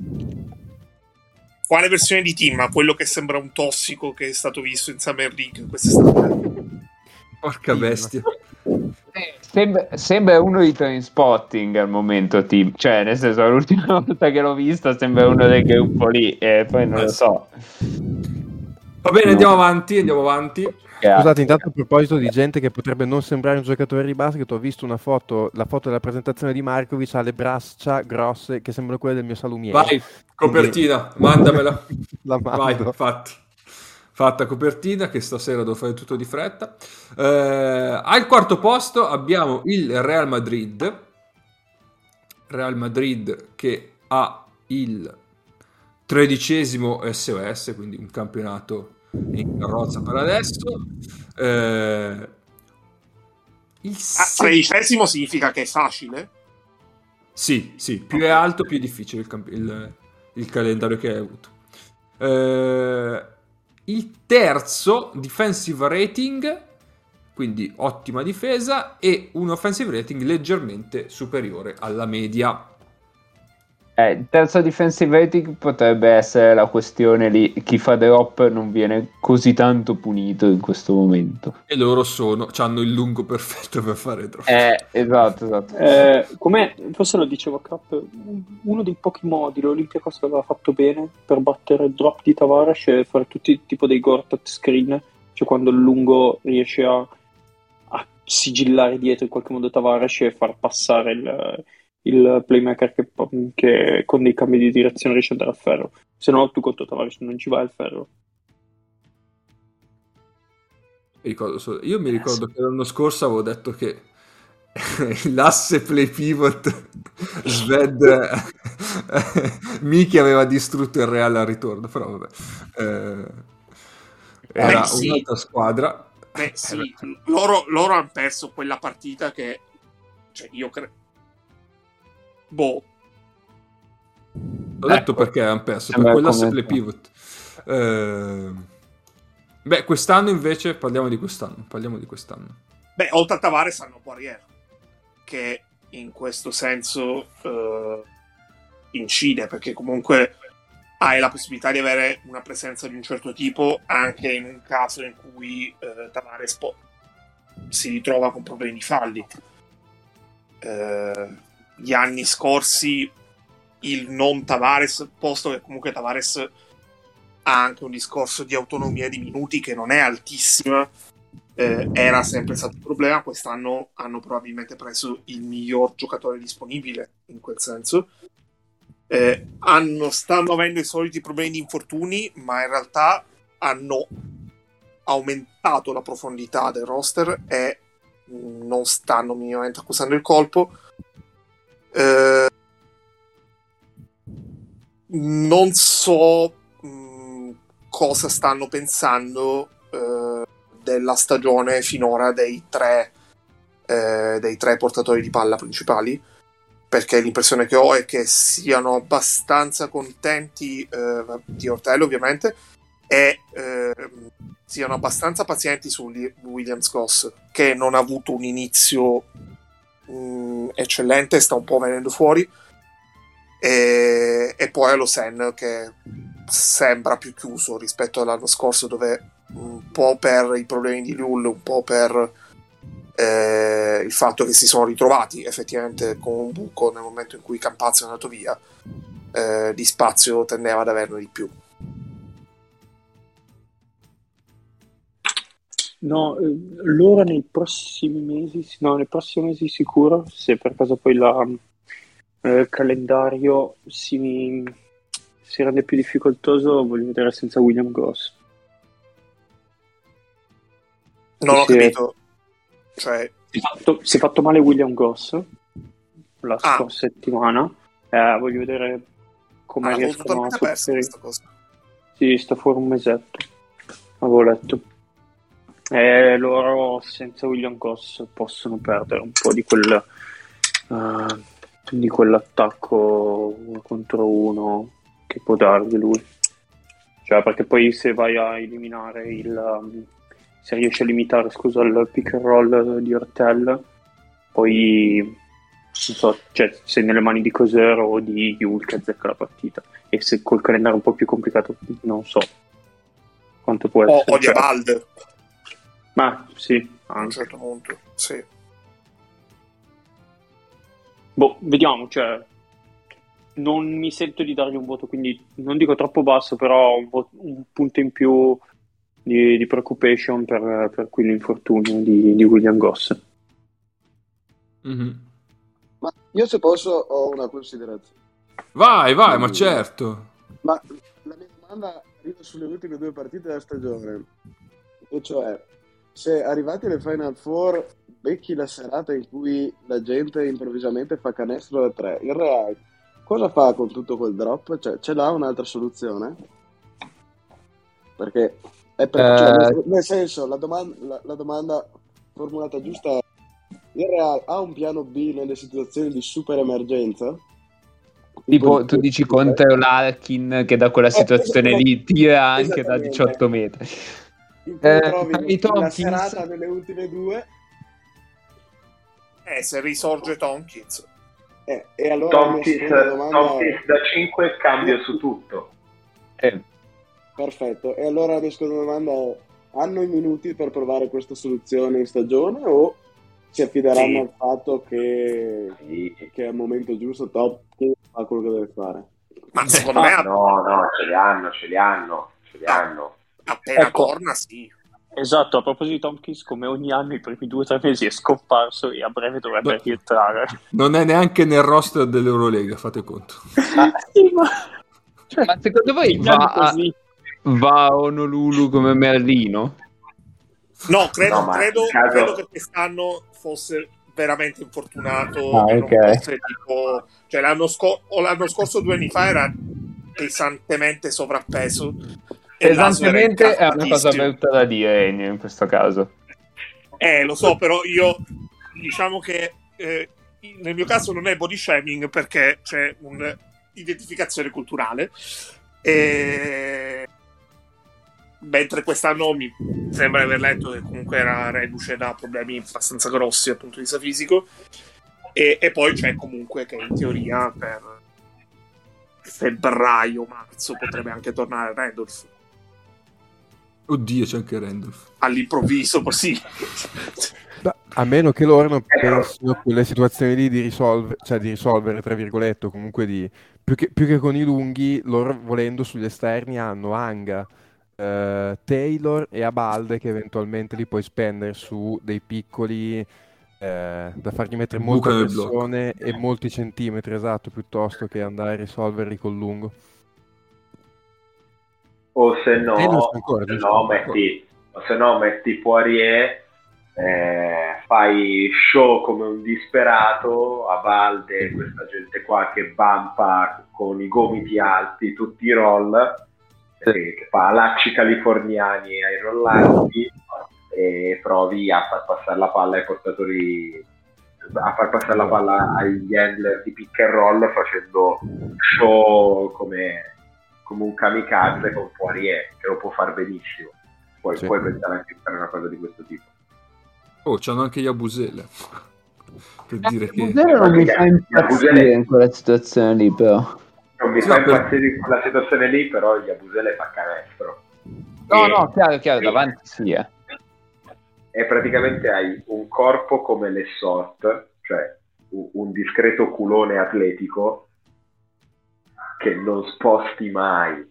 Quale versione di team? Quello che sembra un tossico che è stato visto in Summer League quest'estate. Porca bestia. Sembra uno di Trainspotting al momento, team. Cioè, nel senso, l'ultima volta che l'ho visto sembra uno del gruppo lì, e poi non lo so. Va bene, andiamo avanti. Scusate, intanto a proposito di gente che potrebbe non sembrare un giocatore di basket, ho visto la foto della presentazione di Markovic, ha le braccia grosse che sembrano quelle del mio salumiere. Vai, copertina, mandamela. La mando. Vai, fatta copertina, che stasera devo fare tutto di fretta. Al quarto posto abbiamo il Real Madrid che ha il 13° SOS, quindi un campionato in carrozza per adesso. Il 13° significa che è facile? Sì, più è alto più è difficile il calendario che hai avuto. Il terzo defensive rating, quindi ottima difesa, e un offensive rating leggermente superiore alla media. Il terzo defensive rating potrebbe essere la questione lì, chi fa drop non viene così tanto punito in questo momento. E loro hanno il lungo perfetto per fare drop. Esatto. Come forse lo dicevo Cap, uno dei pochi modi l'Olympiacos aveva fatto bene per battere il drop di Tavares e fare tutti tipo dei Gortat screen, cioè quando il lungo riesce a sigillare dietro in qualche modo Tavares e far passare il playmaker che con dei cambi di direzione riesce ad andare al ferro. Se no tu contro Tavares non ci vai al ferro. Io mi ricordo che l'anno scorso avevo detto che l'asse play pivot Sved Miki aveva distrutto il Real al ritorno, però vabbè, era un'altra squadra. Beh sì, loro hanno perso quella partita che, cioè, io credo. Ho detto perché hanno perso, per quell'asse play pivot. Beh, quest'anno invece parliamo di quest'anno. Beh, oltre a Tavares hanno Poirier, che in questo senso incide, perché comunque hai la possibilità di avere una presenza di un certo tipo anche in un caso in cui Tavares si ritrova con problemi di falli. Gli anni scorsi il non Tavares, posto che comunque Tavares ha anche un discorso di autonomia di minuti che non è altissima, era sempre stato un problema. Quest'anno hanno probabilmente preso il miglior giocatore disponibile in quel senso. Stanno avendo i soliti problemi di infortuni, ma in realtà hanno aumentato la profondità del roster e non stanno minimamente accusando il colpo. Non so cosa stanno pensando della stagione finora dei tre portatori di palla principali, perché l'impressione che ho è che siano abbastanza contenti di Ortello ovviamente, e siano abbastanza pazienti su Williams-Goss, che non ha avuto un inizio eccellente, sta un po' venendo fuori, e poi allo Sen, che sembra più chiuso rispetto all'anno scorso, dove un po' per i problemi di Lul, un po' per il fatto che si sono ritrovati effettivamente con un buco nel momento in cui Campazzo è andato via, di spazio tendeva ad averne di più. No, loro nei prossimi mesi sicuro, se per caso poi il calendario si rende più difficoltoso, voglio vedere senza William Goss. Non ho capito. Cioè... Si è fatto male William Goss la scorsa settimana. Voglio vedere come riescono a sopperire. Sì, sta fuori un mesetto, avevo letto. Loro senza William Goss possono perdere un po' di quell'attacco 1 contro 1 che può dargli lui. Cioè, perché poi se vai a eliminare se riesci a limitare, scusa, il pick and roll di Ortel, poi non so, cioè, sei nelle mani di Coser o di Yul che azzecca la partita, e se col calendario un po' più complicato non so quanto può essere. O di Abald. Ma sì, a un certo punto, sì. Boh, vediamo, cioè non mi sento di dargli un voto, quindi non dico troppo basso, però un punto in più di preoccupation per quell'infortunio di William Goss. Mm-hmm. Ma io, se posso, ho una considerazione. Vai, ma certo. Ma la mia domanda arriva sulle ultime 2 partite della stagione, e cioè, se arrivati alle Final Four becchi la serata in cui la gente improvvisamente fa canestro da 3, il Real cosa fa con tutto quel drop? Cioè, ce l'ha un'altra soluzione? Perché cioè, nel senso, la domanda formulata giusta è: il Real ha un piano B nelle situazioni di super emergenza? Tipo, tu dici con Teo Larkin che da quella situazione lì tira anche da 18 metri. In cui trovi la serata nelle ultime 2. Se risorge Tompkins. E allora Tompkins da 5 cambio su tutto. Perfetto. E allora la mia seconda domanda è: hanno i minuti per provare questa soluzione in stagione, o si affideranno al fatto che al momento giusto Tompkins fa quello che deve fare? Ma secondo me no, ce li hanno. Appena torna, sì. Esatto, a proposito di Tompkins, come ogni anno i primi 2 o 3 mesi è scomparso e a breve dovrebbe rientrare. Non è neanche nel roster dell'Eurolega, fate conto. Ma secondo voi va a Honolulu come Merlino? No, credo che quest'anno fosse veramente infortunato. Okay. Tipo, cioè l'anno scorso 2 anni fa era pesantemente sovrappeso. Pesantemente è una cosa brutta da dire in questo caso. Lo so, però io diciamo che nel mio caso non è body shaming, perché c'è un'identificazione culturale, mentre quest'anno mi sembra di aver letto che comunque era reduce da problemi abbastanza grossi dal punto di vista fisico, e poi c'è comunque che in teoria per febbraio-marzo potrebbe anche tornare Randolph. Oddio, c'è anche Randolph. All'improvviso, così. A meno che loro non pensino quelle situazioni lì di risolvere, tra virgolette, o comunque più che con i lunghi, loro volendo sugli esterni hanno Anga, Taylor e Abalde, che eventualmente li puoi spendere su dei piccoli da fargli mettere molta pressione e molti centimetri, esatto, piuttosto che andare a risolverli col lungo. O se no metti Poirier, fai show come un disperato, a Balde, questa gente qua che bampa con i gomiti alti, tutti i roll, che fa lacci californiani ai rollanti, e provi a far passare la palla ai portatori a far passare la palla agli handler di pick and roll facendo show come un kamikaze con Poirier, che lo può far benissimo. Poi Sì. puoi pensare anche di fare una cosa di questo tipo. Oh, c'hanno anche Yabusele. Per dire che... Yabusele non mi fa impazzire in quella situazione lì, però. Non mi Sì, fa no, per- impazzire in quella situazione lì, però Yabusele fa canestro. No, chiaro, davanti sì, E praticamente hai un corpo come le SOT, cioè un discreto culone atletico che non sposti mai,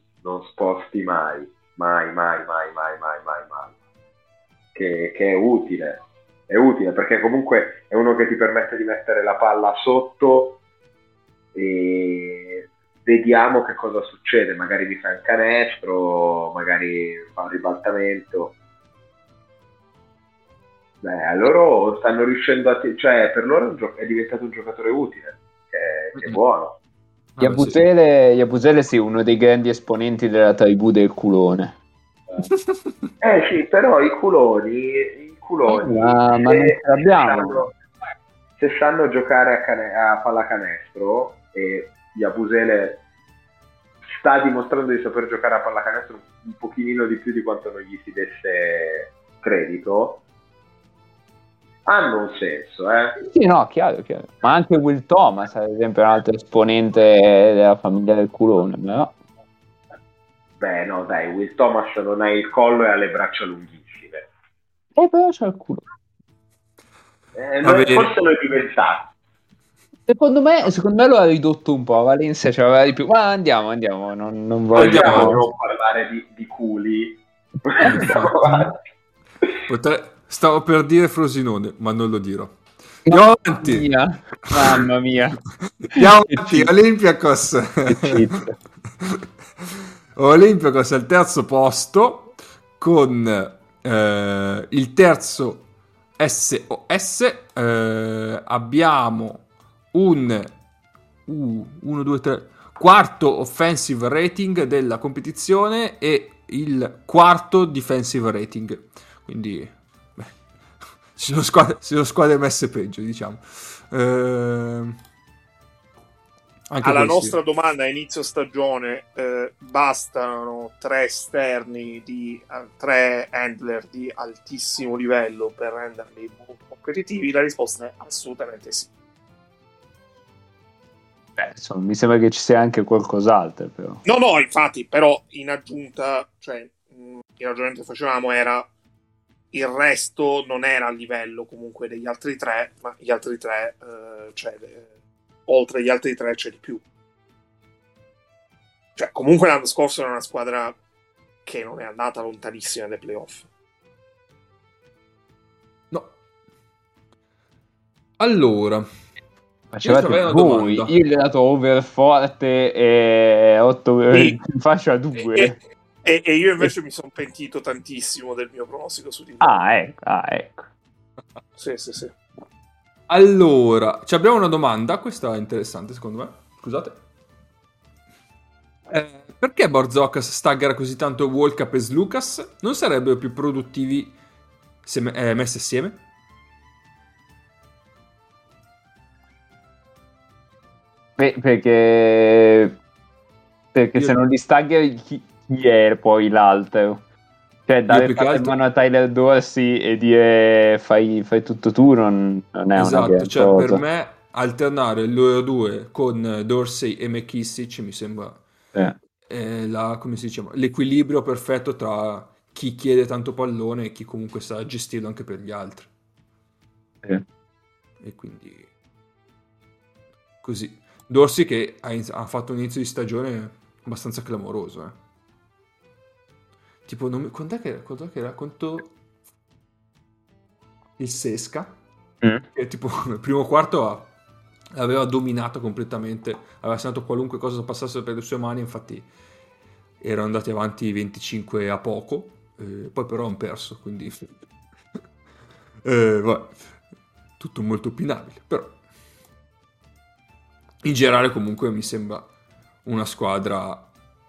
mai, che è utile perché comunque è uno che ti permette di mettere la palla sotto e vediamo che cosa succede, magari vi fa un canestro, magari fa un ribaltamento. Beh, loro stanno riuscendo cioè per loro è diventato un giocatore utile, che è buono. Yabusele sì, uno dei grandi esponenti della tribù del culone. Sì, però i culoni ma non ce l'abbiamo. se sanno giocare a pallacanestro, e Yabusele sta dimostrando di saper giocare a pallacanestro un pochino di più di quanto non gli si desse credito, hanno un senso, Sì, no, chiaro. Ma anche Will Thomas, ad esempio, è un altro esponente della famiglia del culone, però... Beh, no, dai, Will Thomas non ha il collo e ha le braccia lunghissime. Però c'è il culo. Forse lo è diventato. Secondo me lo ha ridotto un po'. A Valencia c'aveva di più. Ma andiamo, non voglio... Vogliamo non parlare di culi. Stavo per dire Frosinone, ma non lo dirò. Andiamo avanti. Mamma mia. Andiamo avanti. Olympiacos. Olympiacos al terzo posto con il terzo SOS. Abbiamo un 1, 2, 3 quarto offensive rating della competizione e il quarto defensive rating, quindi ci sono squadre messe peggio, diciamo. Anche alla questi. nostra domanda a inizio stagione, bastano 3 esterni di 3 handler di altissimo livello per renderli molto competitivi? La risposta è assolutamente sì. Insomma, mi sembra che ci sia anche qualcos'altro, però. No, infatti, però in aggiunta, cioè il ragionamento che facevamo era il resto non era a livello comunque degli altri 3, ma gli altri 3 oltre gli altri 3 c'è di più. Cioè, comunque l'anno scorso era una squadra che non è andata lontanissima dai playoff. No. Allora, Facevate voi, io gli ho dato over forte e 8 fascia 2. E io invece mi sono pentito tantissimo del mio pronostico su di lui. Ecco. Sì. Allora, abbiamo una domanda, questa è interessante secondo me. Scusate. Perché Barzokas staggera così tanto Walkup e Slucas? Non sarebbero più produttivi se messi assieme? Perché se non li staggeri chi è poi l'altro? Cioè dare in mano a Tyler Dorsey e dire fai tutto tu non è una gran cosa. Per me alternare loro due con Dorsey e McKissic mi sembra come si dice, l'equilibrio perfetto tra chi chiede tanto pallone e chi comunque sa gestirlo anche per gli altri. E quindi così. Dorsey che ha fatto un inizio di stagione abbastanza clamoroso, tipo quant'è che era contro il Sesca, che tipo nel primo quarto aveva dominato completamente, aveva segnato qualunque cosa passasse per le sue mani, infatti erano andati avanti 25 a poco, poi però hanno perso, quindi tutto molto opinabile, però in generale comunque mi sembra una squadra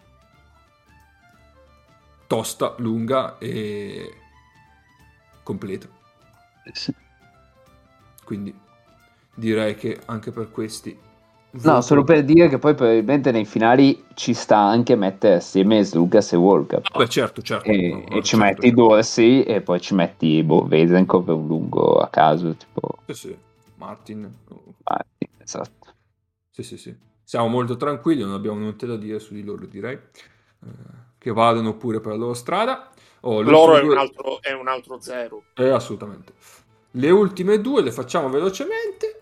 tosta, lunga e completa. Sì. Quindi direi che anche per questi No, solo per dire che poi probabilmente nei finali ci sta anche mettere assieme Slugas e Walkup. Beh, certo. E ci certo, metti certo. Dorsey e poi ci metti Vesenkov per un lungo a caso, tipo Sì. Martin. esatto. Sì. Siamo molto tranquilli, non abbiamo niente da dire su di loro, direi. Che vadano pure per la loro strada. Loro è un altro zero. Assolutamente. Le ultime due le facciamo velocemente.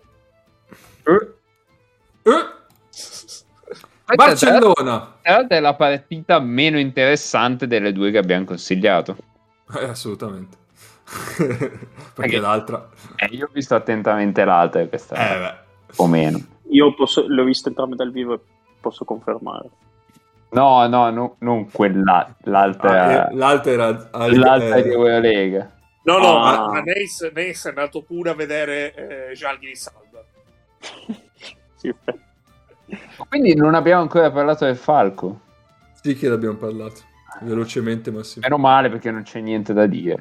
Barcellona. Tra l'altro è la partita meno interessante delle due che abbiamo consigliato. Assolutamente. Perché l'altra... Io ho visto attentamente l'altra questa o meno. Io le ho viste entrambe dal vivo e posso confermare. No, non quella, l'altra. L'altra era l'altra di Eurolega. No, ma Neis è andato pure a vedere Žalgiris Salda. Sì. Quindi non abbiamo ancora parlato del Falco. Sì che l'abbiamo parlato velocemente, ma sì. Meno male, perché non c'è niente da dire.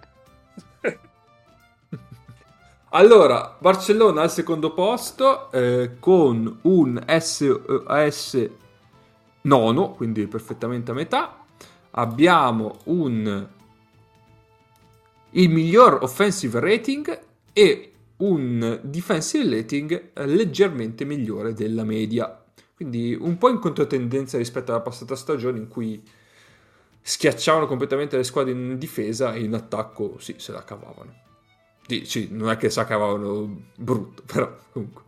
Allora, Barcellona al secondo posto con un SES nono, quindi perfettamente a metà. Abbiamo il miglior offensive rating e un defensive rating leggermente migliore della media. Quindi un po' in controtendenza rispetto alla passata stagione, in cui schiacciavano completamente le squadre in difesa e in attacco sì, se la cavavano. Sì, non è che se la cavavano brutto, però comunque.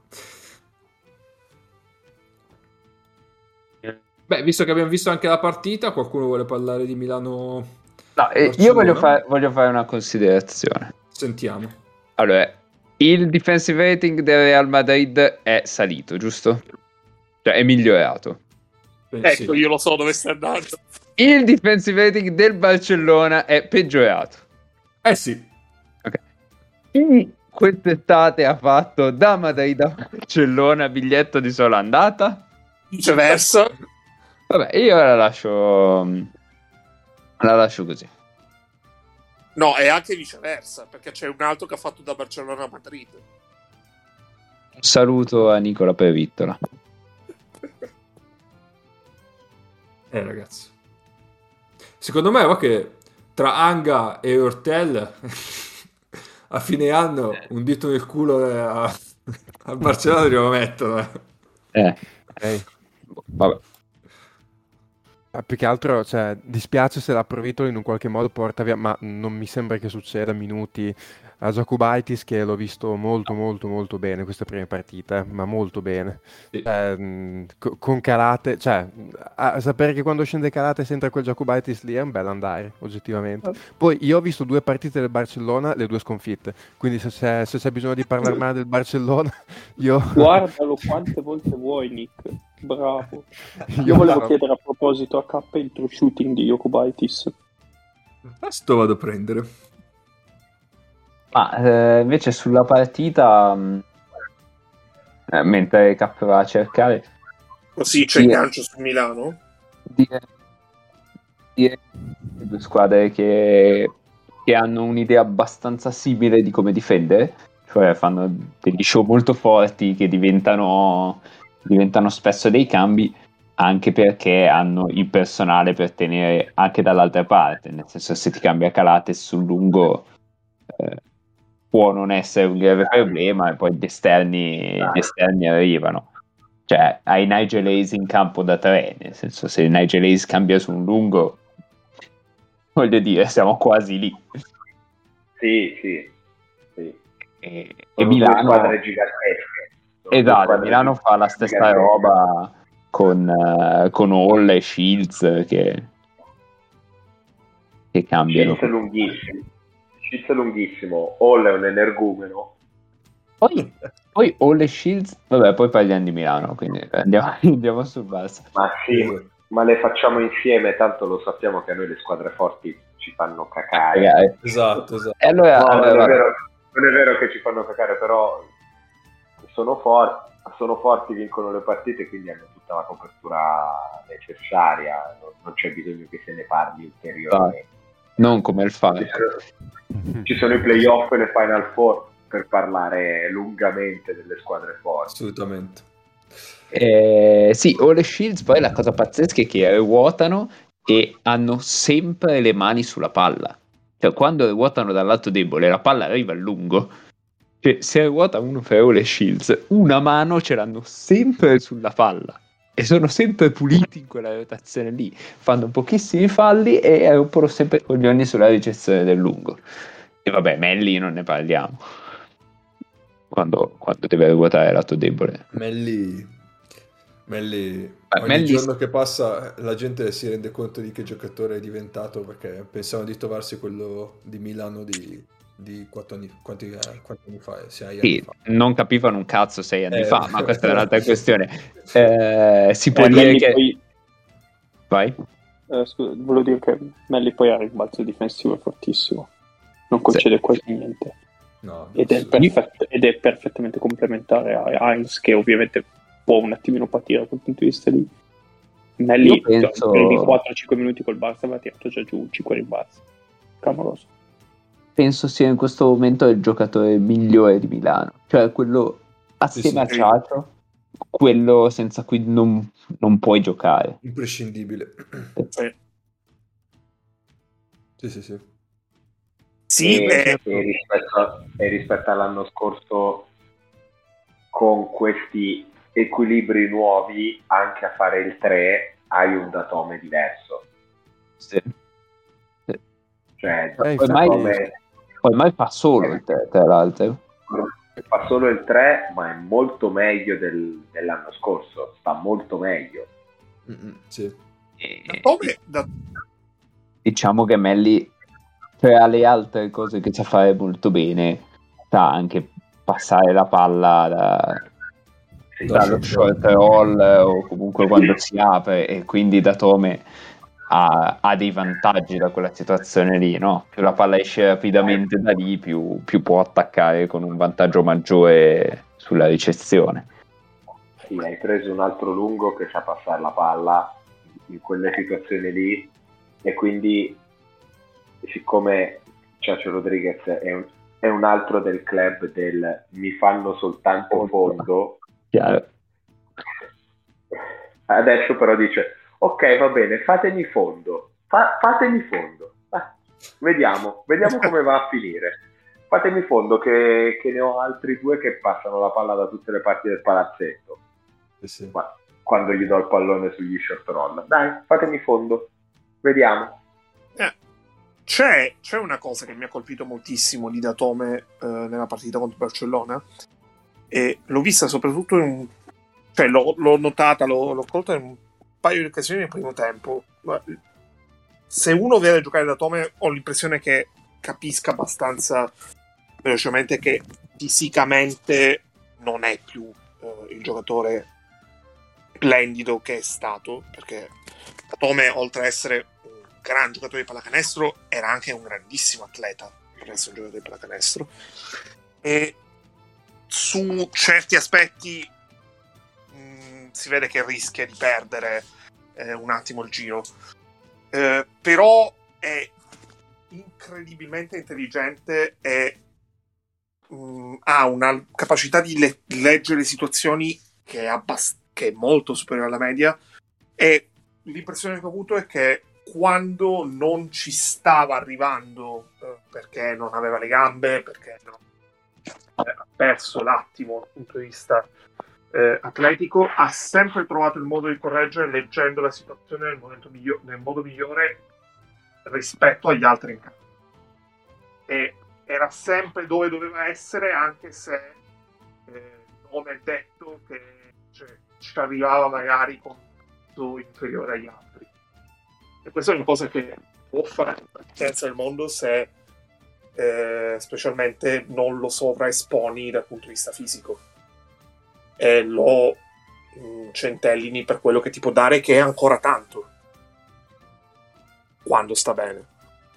Beh, visto che abbiamo visto anche la partita, qualcuno vuole parlare di Milano? No, io voglio fare una considerazione. Sentiamo. Allora, il defensive rating del Real Madrid è salito, giusto? Cioè è migliorato. Ecco, sì. Io lo so dove stai andando. Il defensive rating del Barcellona è peggiorato. Sì. Ok. Chi quest'estate ha fatto da Madrid a Barcellona biglietto di sola andata? Viceversa. Vabbè, io la lascio così. No, è anche viceversa, perché c'è un altro che ha fatto da Barcellona a Madrid. Un saluto a Nicola Pervittola. Ragazzi, secondo me va che tra Anga e Ortel a fine anno un dito nel culo al Barcellona dobbiamo metterlo. Vabbè. Più che altro, cioè, dispiace se la Provitolo in un qualche modo porta via, ma non mi sembra che succeda minuti a Jokubaitis, che l'ho visto molto bene queste prime partite, ma molto bene. Sì. Con Calate, cioè, a sapere che quando scende Calate entra quel Jokubaitis lì è un bel andare, oggettivamente. Poi io ho visto 2 partite del Barcellona, le 2 sconfitte, quindi se c'è bisogno di parlare male del Barcellona, io... Guardalo quante volte vuoi, Nick. Bravo. Io volevo chiedere a proposito a K il true shooting di Jokubaitis. Questo vado a prendere. Ma invece sulla partita, mentre K va a cercare, così c'è il gancio su Milano. Dire due squadre che hanno un'idea abbastanza simile di come difendere, cioè fanno degli show molto forti che diventano spesso dei cambi, anche perché hanno il personale per tenere anche dall'altra parte, nel senso, se ti cambia Calate sul lungo può non essere un grave problema, e poi gli esterni arrivano. Cioè, hai Nigel Hayes in campo da 3, nel senso, se Nigel Hayes cambia su un lungo, voglio dire, siamo quasi lì. Sì. E Milano... squadre gigantesche. Esatto, Milano fa la stessa roba con Hall e Shields che cambiano. Shields è lunghissimo, Hall è un energumeno. Poi Hall e Shields, vabbè, poi parliamo di Milano, quindi andiamo sul Barça. Ma sì, ma le facciamo insieme, tanto lo sappiamo che a noi le squadre forti ci fanno cacare. Esatto. E allora, non è vero che ci fanno cacare, però sono forti, vincono le partite, quindi hanno tutta la copertura necessaria, non c'è bisogno che se ne parli ulteriormente. Non come il Falco. Ci sono i playoff e le Final Four, per parlare lungamente delle squadre forti. Assolutamente. Sì, o le Shields, poi la cosa pazzesca è che ruotano e hanno sempre le mani sulla palla. Cioè, quando ruotano dal lato debole, la palla arriva a lungo. Cioè, se ruota uno fra le Shields, una mano ce l'hanno sempre sulla palla. E sono sempre puliti in quella rotazione lì. Fanno pochissimi falli e rompono sempre i coglioni sulla ricezione del lungo. E vabbè, Melli non ne parliamo. Quando deve ruotare lato debole. Melli ogni Melli- giorno che passa la gente si rende conto di che giocatore è diventato, perché pensavano di trovarsi quello di Milano di 4 anni, quanti anni fa? 6 anni Sì, fa. non capivano un cazzo 6 anni fa, ma questa è un'altra questione. Si può Melli dire che... poi- Vai? scusa, volevo dire che Melli poi ha il rimbalzo difensivo fortissimo, non concede quasi niente. No, Ed è perfettamente complementare a Hines, che ovviamente può un attimino patire da quel punto di vista lì. Melli Io penso- per i 4-5 minuti col Barça aveva tirato già giù 5 rimbalzi. Clamoroso. Penso sia in questo momento il giocatore migliore di Milano, cioè quello assieme a sì. Ciacio, quello senza cui non puoi giocare. imprescindibile. Sì. Sì, e rispetto all'anno scorso, con questi equilibri nuovi, anche a fare il 3 hai un datome diverso. Sì. Cioè, Ormai fa solo il 3, tra l'altro. fa solo il 3, ma è molto meglio dell'anno scorso. Sta molto meglio. Sì. Diciamo che Melli, tra le altre cose che sa fare molto bene, sa anche passare la palla dallo short roll o comunque quando si apre, e quindi Datome ha dei vantaggi da quella situazione lì, no? Più la palla esce rapidamente da lì, più può attaccare con un vantaggio maggiore sulla ricezione. Sì, hai preso un altro lungo che sa passare la palla in quelle situazioni lì, e quindi siccome Ciacio Rodriguez è un altro del club del mi fanno soltanto fondo, Chiaro. adesso però dice ok, va bene, fatemi fondo, fatemi fondo. Vediamo come va a finire. Fatemi fondo che ne ho altri due che passano la palla da tutte le parti del palazzetto. Sì. Quando gli do il pallone sugli short roll, dai, fatemi fondo, vediamo. C'è una cosa che mi ha colpito moltissimo di Datome nella partita contro Barcellona, e l'ho vista soprattutto cioè l'ho notata, l'ho colta in un paio di occasioni nel primo tempo. Ma se uno vede giocare Datome, ho l'impressione che capisca abbastanza velocemente che fisicamente non è più il giocatore splendido che è stato, perché Datome, oltre a essere un gran giocatore di pallacanestro, era anche un grandissimo atleta per essere un giocatore di pallacanestro, e su certi aspetti si vede che rischia di perdere un attimo il giro, però è incredibilmente intelligente e ha una capacità di leggere le situazioni che è molto superiore alla media, e l'impressione che ho avuto è che quando non ci stava arrivando perché non aveva le gambe, perché ha perso l'attimo dal punto di vista atletico, ha sempre trovato il modo di correggere leggendo la situazione nel modo migliore rispetto agli altri in campo, e era sempre dove doveva essere, anche se non è detto che ci arrivava magari con un inferiore agli altri. E questa è una cosa che può fare la differenza del mondo se specialmente non lo sovraesponi dal punto di vista fisico e lo centellini per quello che ti può dare, che è ancora tanto quando sta bene.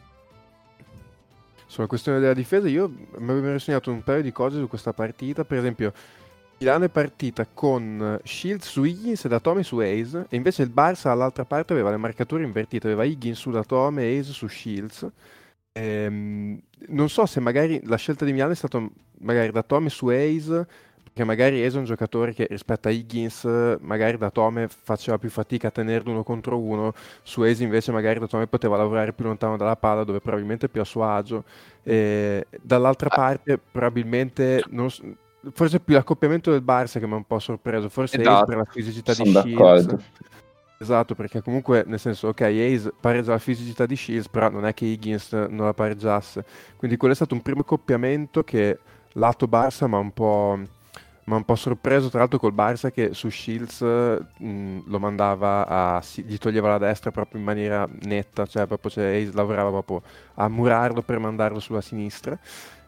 Sulla questione della difesa, io mi avevo segnato un paio di cose su questa partita. Per esempio, Milano è partita con Shields su Higgins e Datome su Hayes, e invece il Barça all'altra parte aveva le marcature invertite, aveva Higgins su Datome e Hayes su Shields, Non so se magari la scelta di Milano è stata magari da Tome su Hayes, perché magari Hayes è un giocatore che rispetto a Higgins magari da Tome faceva più fatica a tenerlo 1 contro 1, su Hayes invece magari da Tome poteva lavorare più lontano dalla palla, dove probabilmente è più a suo agio. Dall'altra parte probabilmente forse più l'accoppiamento del Barça che mi ha un po' sorpreso, forse Hayes per la fisicità di sono Shields. d'accordo. Esatto, perché comunque nel senso, ok, Hayes pareggia la fisicità di Shields, però non è che Higgins non la pareggiasse. Quindi quello è stato un primo accoppiamento che lato Barça mi ha un po' sorpreso, tra l'altro col Barça che su Shields lo mandava gli toglieva la destra proprio in maniera netta, cioè proprio Hayes lavorava proprio a murarlo per mandarlo sulla sinistra.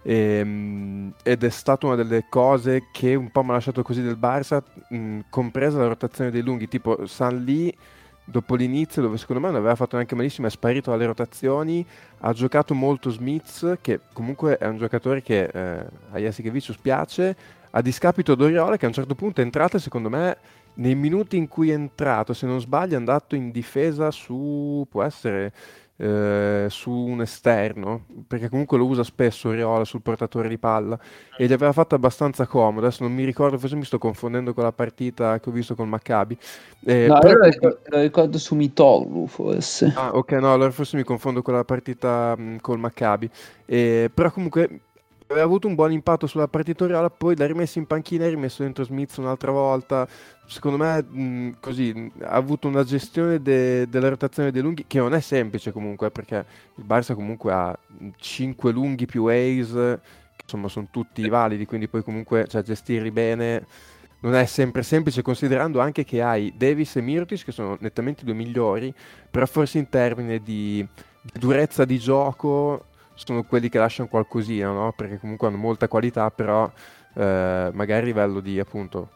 Ed è stata una delle cose che un po' mi ha lasciato così del Barça, compresa la rotazione dei lunghi, tipo San Lee dopo l'inizio, dove secondo me non aveva fatto neanche malissimo, è sparito dalle rotazioni, ha giocato molto Smith, che comunque è un giocatore che a Jasikevičius piace, a discapito d'Oriola, che a un certo punto è entrato e secondo me nei minuti in cui è entrato, se non sbaglio, è andato in difesa può essere su un esterno, perché comunque lo usa spesso Oriola sul portatore di palla e gli aveva fatto abbastanza comodo. Adesso non mi ricordo, forse mi sto confondendo con la partita che ho visto col Maccabi. No, io lo ricordo su Mitoglu forse. Ah, ok, no, allora forse mi confondo con la partita col Maccabi. Però comunque aveva avuto un buon impatto sulla partita Oriola, poi l'ha rimesso in panchina e rimesso dentro Smith un'altra volta. Secondo me così ha avuto una gestione della rotazione dei lunghi che non è semplice comunque, perché il Barça comunque ha 5 lunghi più Hayes, che insomma sono tutti validi, quindi poi comunque cioè, gestirli bene non è sempre semplice, considerando anche che hai Davis e Mirotic che sono nettamente i due migliori, però forse in termini di durezza di gioco sono quelli che lasciano qualcosina, no? Perché comunque hanno molta qualità, però magari a livello di appunto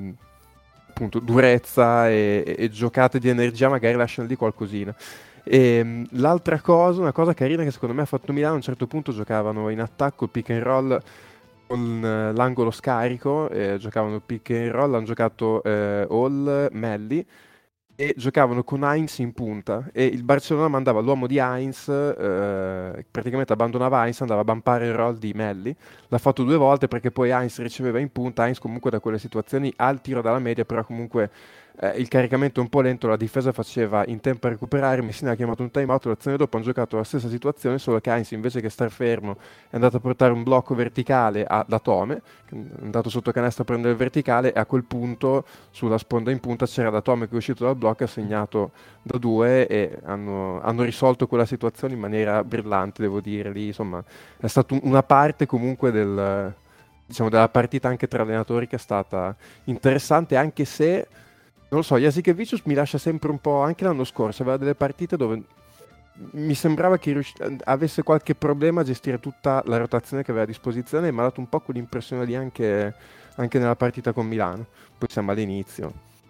durezza e giocate di energia magari lasciano lì qualcosina. E l'altra cosa, una cosa carina che secondo me ha fatto Milano, a un certo punto giocavano in attacco pick and roll con l'angolo scarico, giocavano pick and roll, hanno giocato Hall, Melli e giocavano con Heinz in punta e il Barcellona mandava l'uomo di Heinz, praticamente abbandonava Heinz, andava a bumpare il roll di Melli. L'ha fatto 2 volte perché poi Heinz riceveva in punta. Heinz comunque da quelle situazioni ha il tiro dalla media, però comunque il caricamento è un po' lento, la difesa faceva in tempo a recuperare. Messina ha chiamato un timeout, l'azione dopo hanno giocato la stessa situazione, solo che Heinz invece che star fermo è andato a portare un blocco verticale da Tome, è andato sotto canestro a prendere il verticale e a quel punto sulla sponda in punta c'era da Tome che è uscito dal blocco, ha segnato da 2 e hanno risolto quella situazione in maniera brillante, devo dire. Lì insomma è stata una parte comunque della partita anche tra allenatori che è stata interessante, anche se non lo so, Jasikevičius mi lascia sempre un po', anche l'anno scorso aveva delle partite dove mi sembrava che avesse qualche problema a gestire tutta la rotazione che aveva a disposizione e mi ha dato un po' quell'impressione lì anche nella partita con Milano. Poi siamo all'inizio.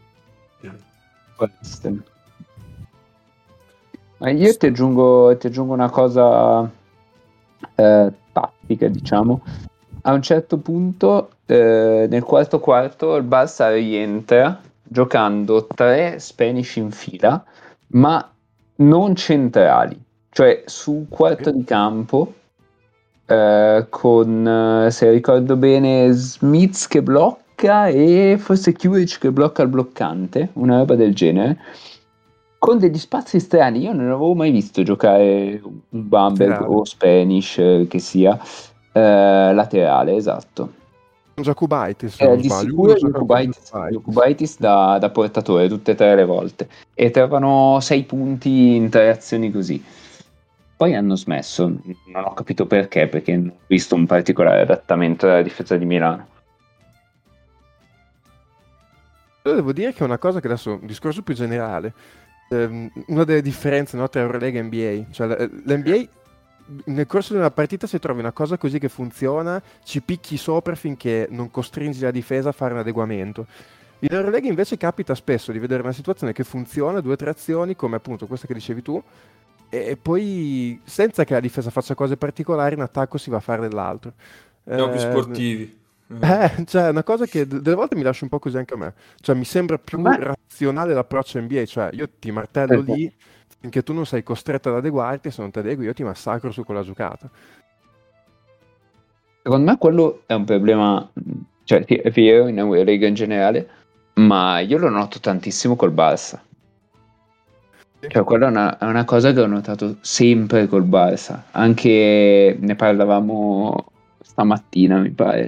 Ma io ti aggiungo una cosa tattica, diciamo. A un certo punto, nel quarto quarto, il Barça rientra giocando 3 Spanish in fila, ma non centrali, cioè su quarto di campo, con, se ricordo bene, Smith che blocca e forse Kuric che blocca il bloccante, una roba del genere, con degli spazi strani. Io non avevo mai visto giocare un Bamberg o Spanish che sia laterale, esatto. Jokubaitis, Di sicuro Jokubaitis da portatore tutte e 3 le volte e trovano 6 punti in 3 azioni così. Poi hanno smesso, non ho capito perché non ho visto un particolare adattamento alla difesa di Milano. Io devo dire che è una cosa che adesso, un discorso più generale, una delle differenze, no, tra Eurolega e NBA, cioè l'NBA nel corso di una partita se trovi una cosa così che funziona ci picchi sopra finché non costringi la difesa a fare un adeguamento. In Eurolega invece capita spesso di vedere una situazione che funziona, 2 o 3 azioni come appunto questa che dicevi tu, e poi senza che la difesa faccia cose particolari in attacco si va a fare dell'altro. Siamo più sportivi. Cioè, è una cosa che delle volte mi lascia un po' così anche a me. Cioè, mi sembra più Ma- razionale l'approccio NBA. Cioè, io ti martello lì finché tu non sei costretto ad adeguarti, e se non ti adegui io ti massacro su quella giocata. Secondo me quello è un problema, cioè sì, è vero in Eurolega in generale, ma io lo noto tantissimo col Barça. Cioè, quella è una cosa che ho notato sempre col Barça. Anche ne parlavamo stamattina, mi pare,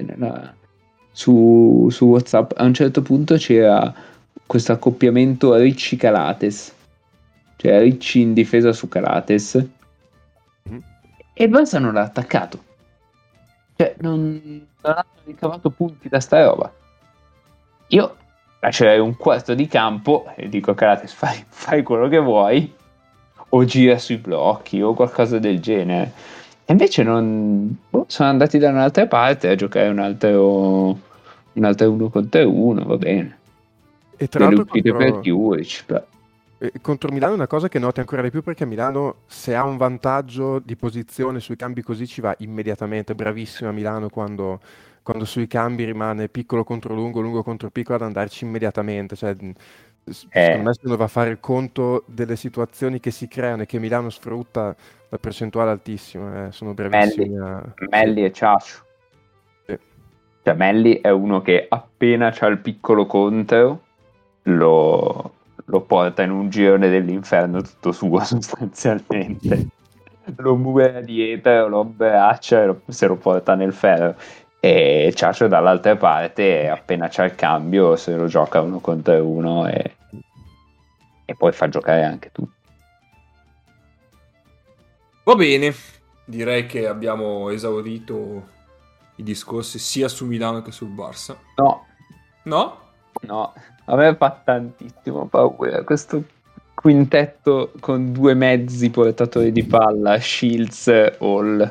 su WhatsApp. A un certo punto c'era questo accoppiamento Ricci-Calates. Cioè Ricci in difesa su Calates. Mhm. E il Barça non l'ha attaccato. Cioè, non hanno ricavato punti da sta roba. Io lascerei un quarto di campo e dico Calates, fai quello che vuoi, o gira sui blocchi o qualcosa del genere. E invece sono andati da un'altra parte a giocare un altro 1 contro 1, va bene. E tra Delle l'altro uscite per Juric, però. contro Milano è una cosa che noti ancora di più, perché Milano, se ha un vantaggio di posizione sui cambi così, ci va immediatamente. Bravissima Milano quando sui cambi rimane piccolo contro lungo, lungo contro piccolo, ad andarci immediatamente. Cioè, secondo me, se uno va a fare il conto delle situazioni che si creano e che Milano sfrutta, la percentuale è altissima. Sono bravissimi Melli e Ciaccio. Sì. Cioè Melli è uno che appena c'ha il piccolo contro lo porta in un girone dell'inferno tutto suo sostanzialmente. Lo muove dietro, lo abbraccia e se lo porta nel ferro. E Ciaccio dall'altra parte, appena c'ha il cambio, se lo gioca 1 contro 1 e poi fa giocare anche tu. Va bene, direi che abbiamo esaurito i discorsi sia su Milano che sul Barça. No, a me fa tantissimo paura questo quintetto con 2 mezzi portatori di palla, Shields, Hall.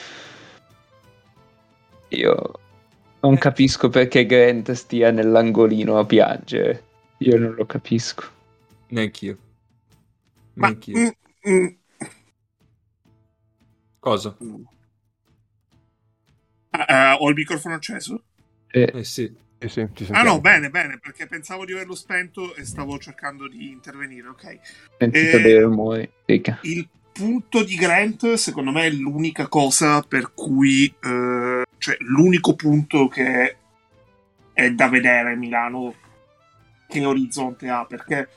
Io non capisco perché Grant stia nell'angolino a piangere. Io non lo capisco. Neanch'io. Ma, Neanch'io. Cosa? Ho il microfono acceso? Sì. Sì, ci Ah sentiamo. no, bene, perché pensavo di averlo spento e stavo cercando di intervenire, ok. Sentito dei rumori. Dica. Il punto di Grant, secondo me, è l'unica cosa per cui, cioè l'unico punto che è da vedere Milano che orizzonte ha, perché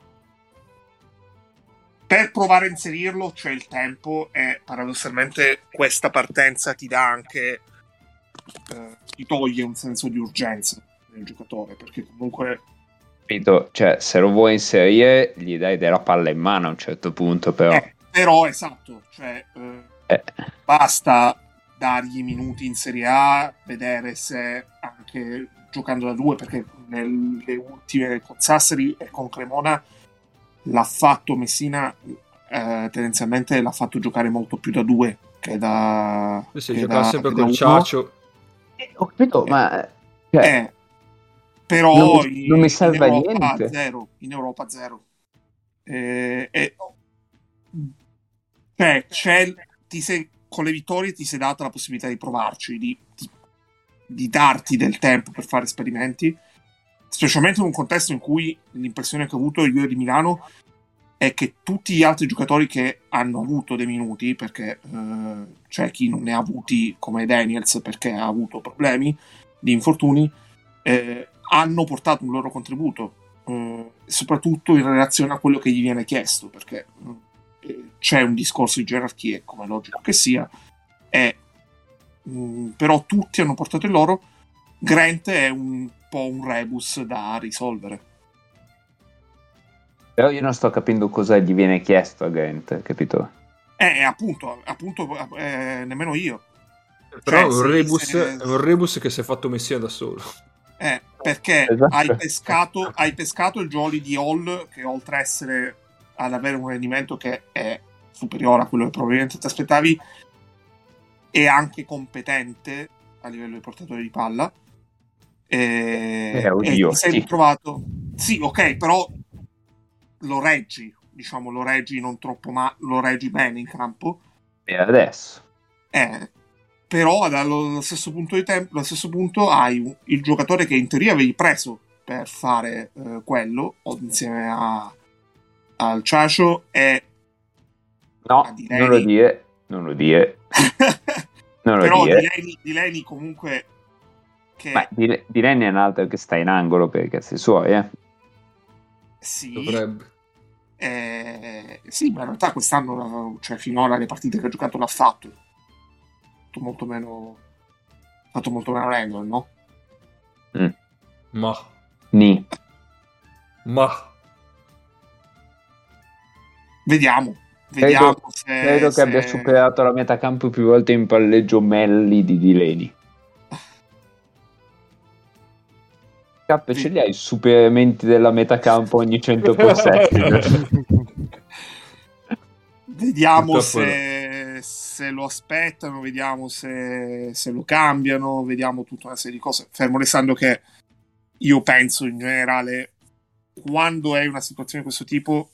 per provare a inserirlo c'è il tempo e paradossalmente questa partenza ti dà anche ti toglie un senso di urgenza nel giocatore, perché comunque Capito? Cioè, se lo vuoi inserire, gli dai della palla in mano a un certo punto, però. Però esatto, cioè basta dargli minuti in Serie A, vedere se anche giocando da 2, perché nelle ultime con Sassari e con Cremona l'ha fatto Messina, tendenzialmente l'ha fatto giocare molto più da 2 che da Sì, che giocava da- sempre che da col uno. Ciaccio. Ho capito, ma. Cioè, Però non mi serve a in Europa niente. zero, in Europa zero. Cioè, con le vittorie ti sei data la possibilità di provarci, di darti del tempo per fare esperimenti, specialmente in un contesto in cui l'impressione che ho avuto io di Milano è che tutti gli altri giocatori che hanno avuto dei minuti, perché c'è chi non ne ha avuti come Daniels perché ha avuto problemi di infortuni, hanno portato un loro contributo, soprattutto in relazione a quello che gli viene chiesto, perché c'è un discorso di gerarchie, come è logico che sia, però tutti hanno portato il loro. Grant è un po' un rebus da risolvere. Però io non sto capendo cosa gli viene chiesto a Grant, capito? Appunto, nemmeno io. Però Cioè, è un rebus che si è fatto Messina da solo. Perché Esatto. hai pescato il jolly di Hall, che oltre ad avere un rendimento che è superiore a quello che probabilmente ti aspettavi, è anche competente a livello di portatore di palla. Oddio, ti sei sì. trovato. Sì, ok, però lo reggi non troppo, ma lo reggi bene in campo. E adesso? però dallo stesso punto di tempo, allo stesso punto hai il giocatore che in teoria avevi preso per fare quello, o insieme al Ciacio, e No, non lo dire. Non lo però dire. Delaney comunque che... Ma Delaney è un altro che sta in angolo per i cazzi suoi, Sì, Dovrebbe. sì, ma in realtà quest'anno, cioè finora le partite che ha giocato l'ha fatto molto meno Randall, no? Ma Vediamo credo che abbia superato la metacampo più volte in palleggio Melli di Delaney. Cap, ce li hai i superamenti della metacampo ogni 100 possession? Vediamo se lo aspettano, vediamo se lo cambiano, vediamo tutta una serie di cose, fermo restando che io penso in generale, quando è una situazione di questo tipo,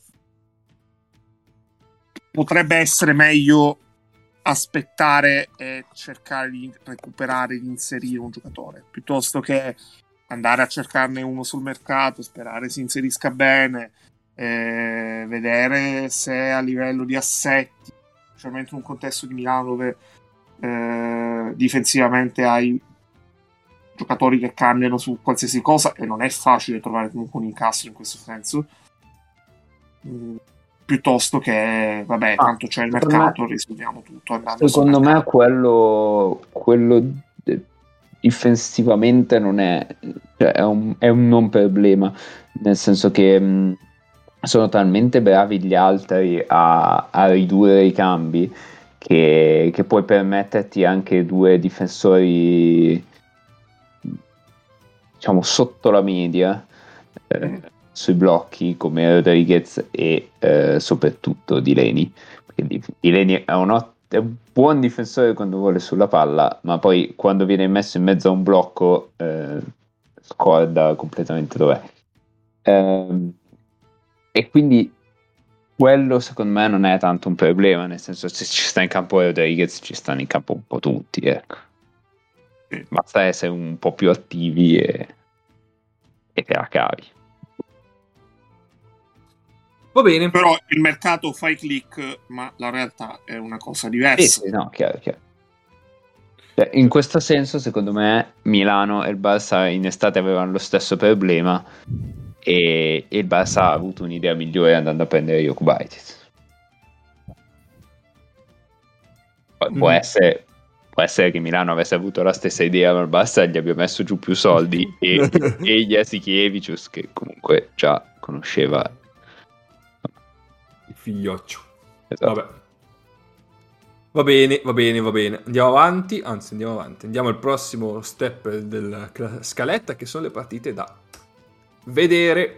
potrebbe essere meglio aspettare e cercare di recuperare, di inserire un giocatore, piuttosto che andare a cercarne uno sul mercato, sperare si inserisca bene, vedere se a livello di assetti, specialmente in un contesto di Milano dove difensivamente hai giocatori che cambiano su qualsiasi cosa e non è facile trovare comunque un incastro in questo senso, piuttosto che vabbè, tanto c'è il mercato, risolviamo tutto andando secondo me quello difensivamente non è, cioè è un non problema, nel senso che sono talmente bravi gli altri a ridurre i cambi che puoi permetterti anche due difensori, diciamo, sotto la media sui blocchi come Rodriguez e soprattutto Delaney, perché Delaney è un buon difensore quando vuole sulla palla, ma poi quando viene messo in mezzo a un blocco scorda completamente dov'è. E quindi quello secondo me non è tanto un problema, nel senso, se ci sta in campo Rodriguez ci stanno in campo un po' tutti, ecco. Basta essere un po' più attivi e te la cavi. Va bene. Però il mercato fa i click, ma la realtà è una cosa diversa. Sì, no, chiaro. Cioè, in questo senso, secondo me, Milano e il Barça in estate avevano lo stesso problema e il Barça ha avuto un'idea migliore andando a prendere Jokubaitis. Può essere che Milano avesse avuto la stessa idea, ma il Barça gli abbia messo giù più soldi e Jasikevičius, che comunque già conosceva il figlioccio. Esatto. Vabbè. Va bene. Andiamo avanti. Andiamo al prossimo step della scaletta, che sono le partite da vedere.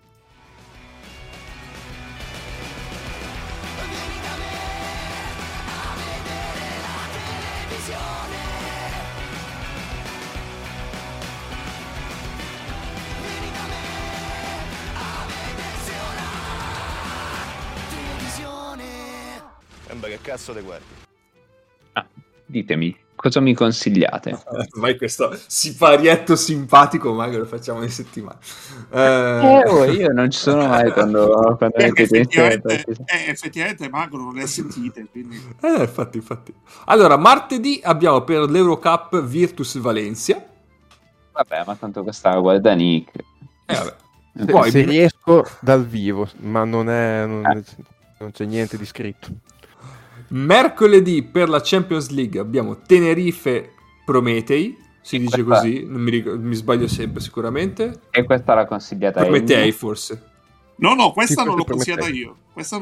Che cazzo te guardi? Ditemi, cosa mi consigliate? Vai, questo siparietto simpatico, ma che lo facciamo in settimana. Io non ci sono mai quando effettivamente Magro non le ha sentite, quindi... infatti. Allora, martedì abbiamo per l'Eurocup Virtus Valencia. Vabbè, ma tanto questa guarda Nick. Poi, se riesco dal vivo, ma non c'è niente di scritto. Mercoledì per la Champions League abbiamo Tenerife Prometei, si dice così, non mi sbaglio sempre sicuramente. E questa l'ha consigliata Prometei forse. No, questa non l'ho consigliata io.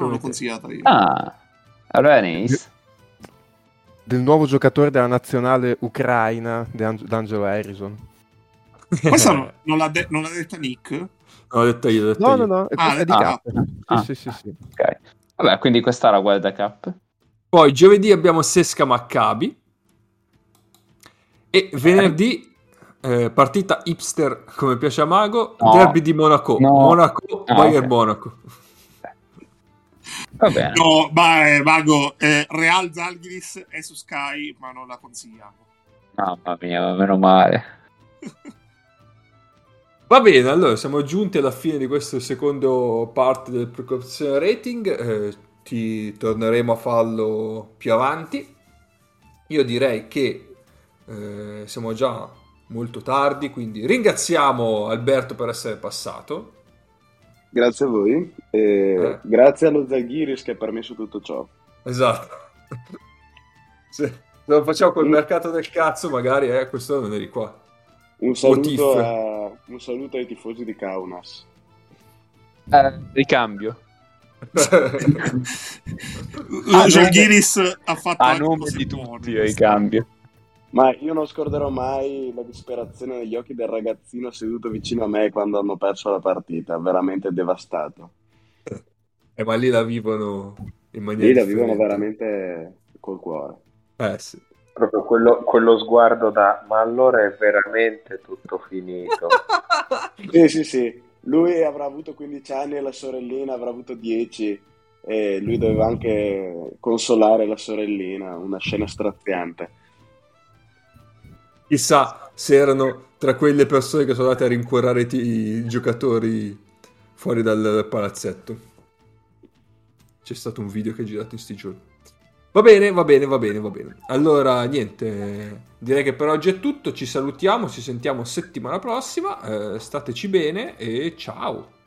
Allora nice. Del nuovo giocatore della nazionale ucraina, D'Angelo Harrison. Questa non l'ha detta Nick? No, l'ho detta io. No, è di Cap. Sì. Ok. Vabbè, quindi questa la guarda Cap. Poi giovedì abbiamo Sesca Maccabi e venerdì partita hipster come piace a Mago, derby di Monaco. Bayern Monaco. Va bene. No, Vago, Real Zalgiris è su Sky, ma non la consigliamo. Mamma mia, meno male. Va bene, allora siamo giunti alla fine di questo secondo parte del preoccupazione rating. Ti torneremo a farlo più avanti. Io direi che siamo già molto tardi, quindi ringraziamo Alberto per essere passato. Grazie a voi e grazie allo Zalgiris che ha permesso tutto ciò. Esatto. Se lo facciamo col mercato del cazzo, magari questo non eri qua. Un saluto ai tifosi di Kaunas. Ricambio. Zalgiris ha fatto a anche nome cose di buone. tutti, ricambio. Ma io non scorderò mai la disperazione negli occhi del ragazzino seduto vicino a me quando hanno perso la partita, veramente devastato. Ma lì la vivono in maniera Lì la differente. vivono veramente col cuore. Sì. Proprio quello sguardo da ma allora è veramente tutto finito. Sì. Lui avrà avuto 15 anni e la sorellina avrà avuto 10 e lui doveva anche consolare la sorellina, una scena straziante. Chissà se erano tra quelle persone che sono andate a rincuorare i giocatori fuori dal palazzetto. C'è stato un video che è girato in sti giorni. Va bene. Allora, niente, direi che per oggi è tutto. Ci salutiamo, ci sentiamo settimana prossima. Stateci bene e ciao.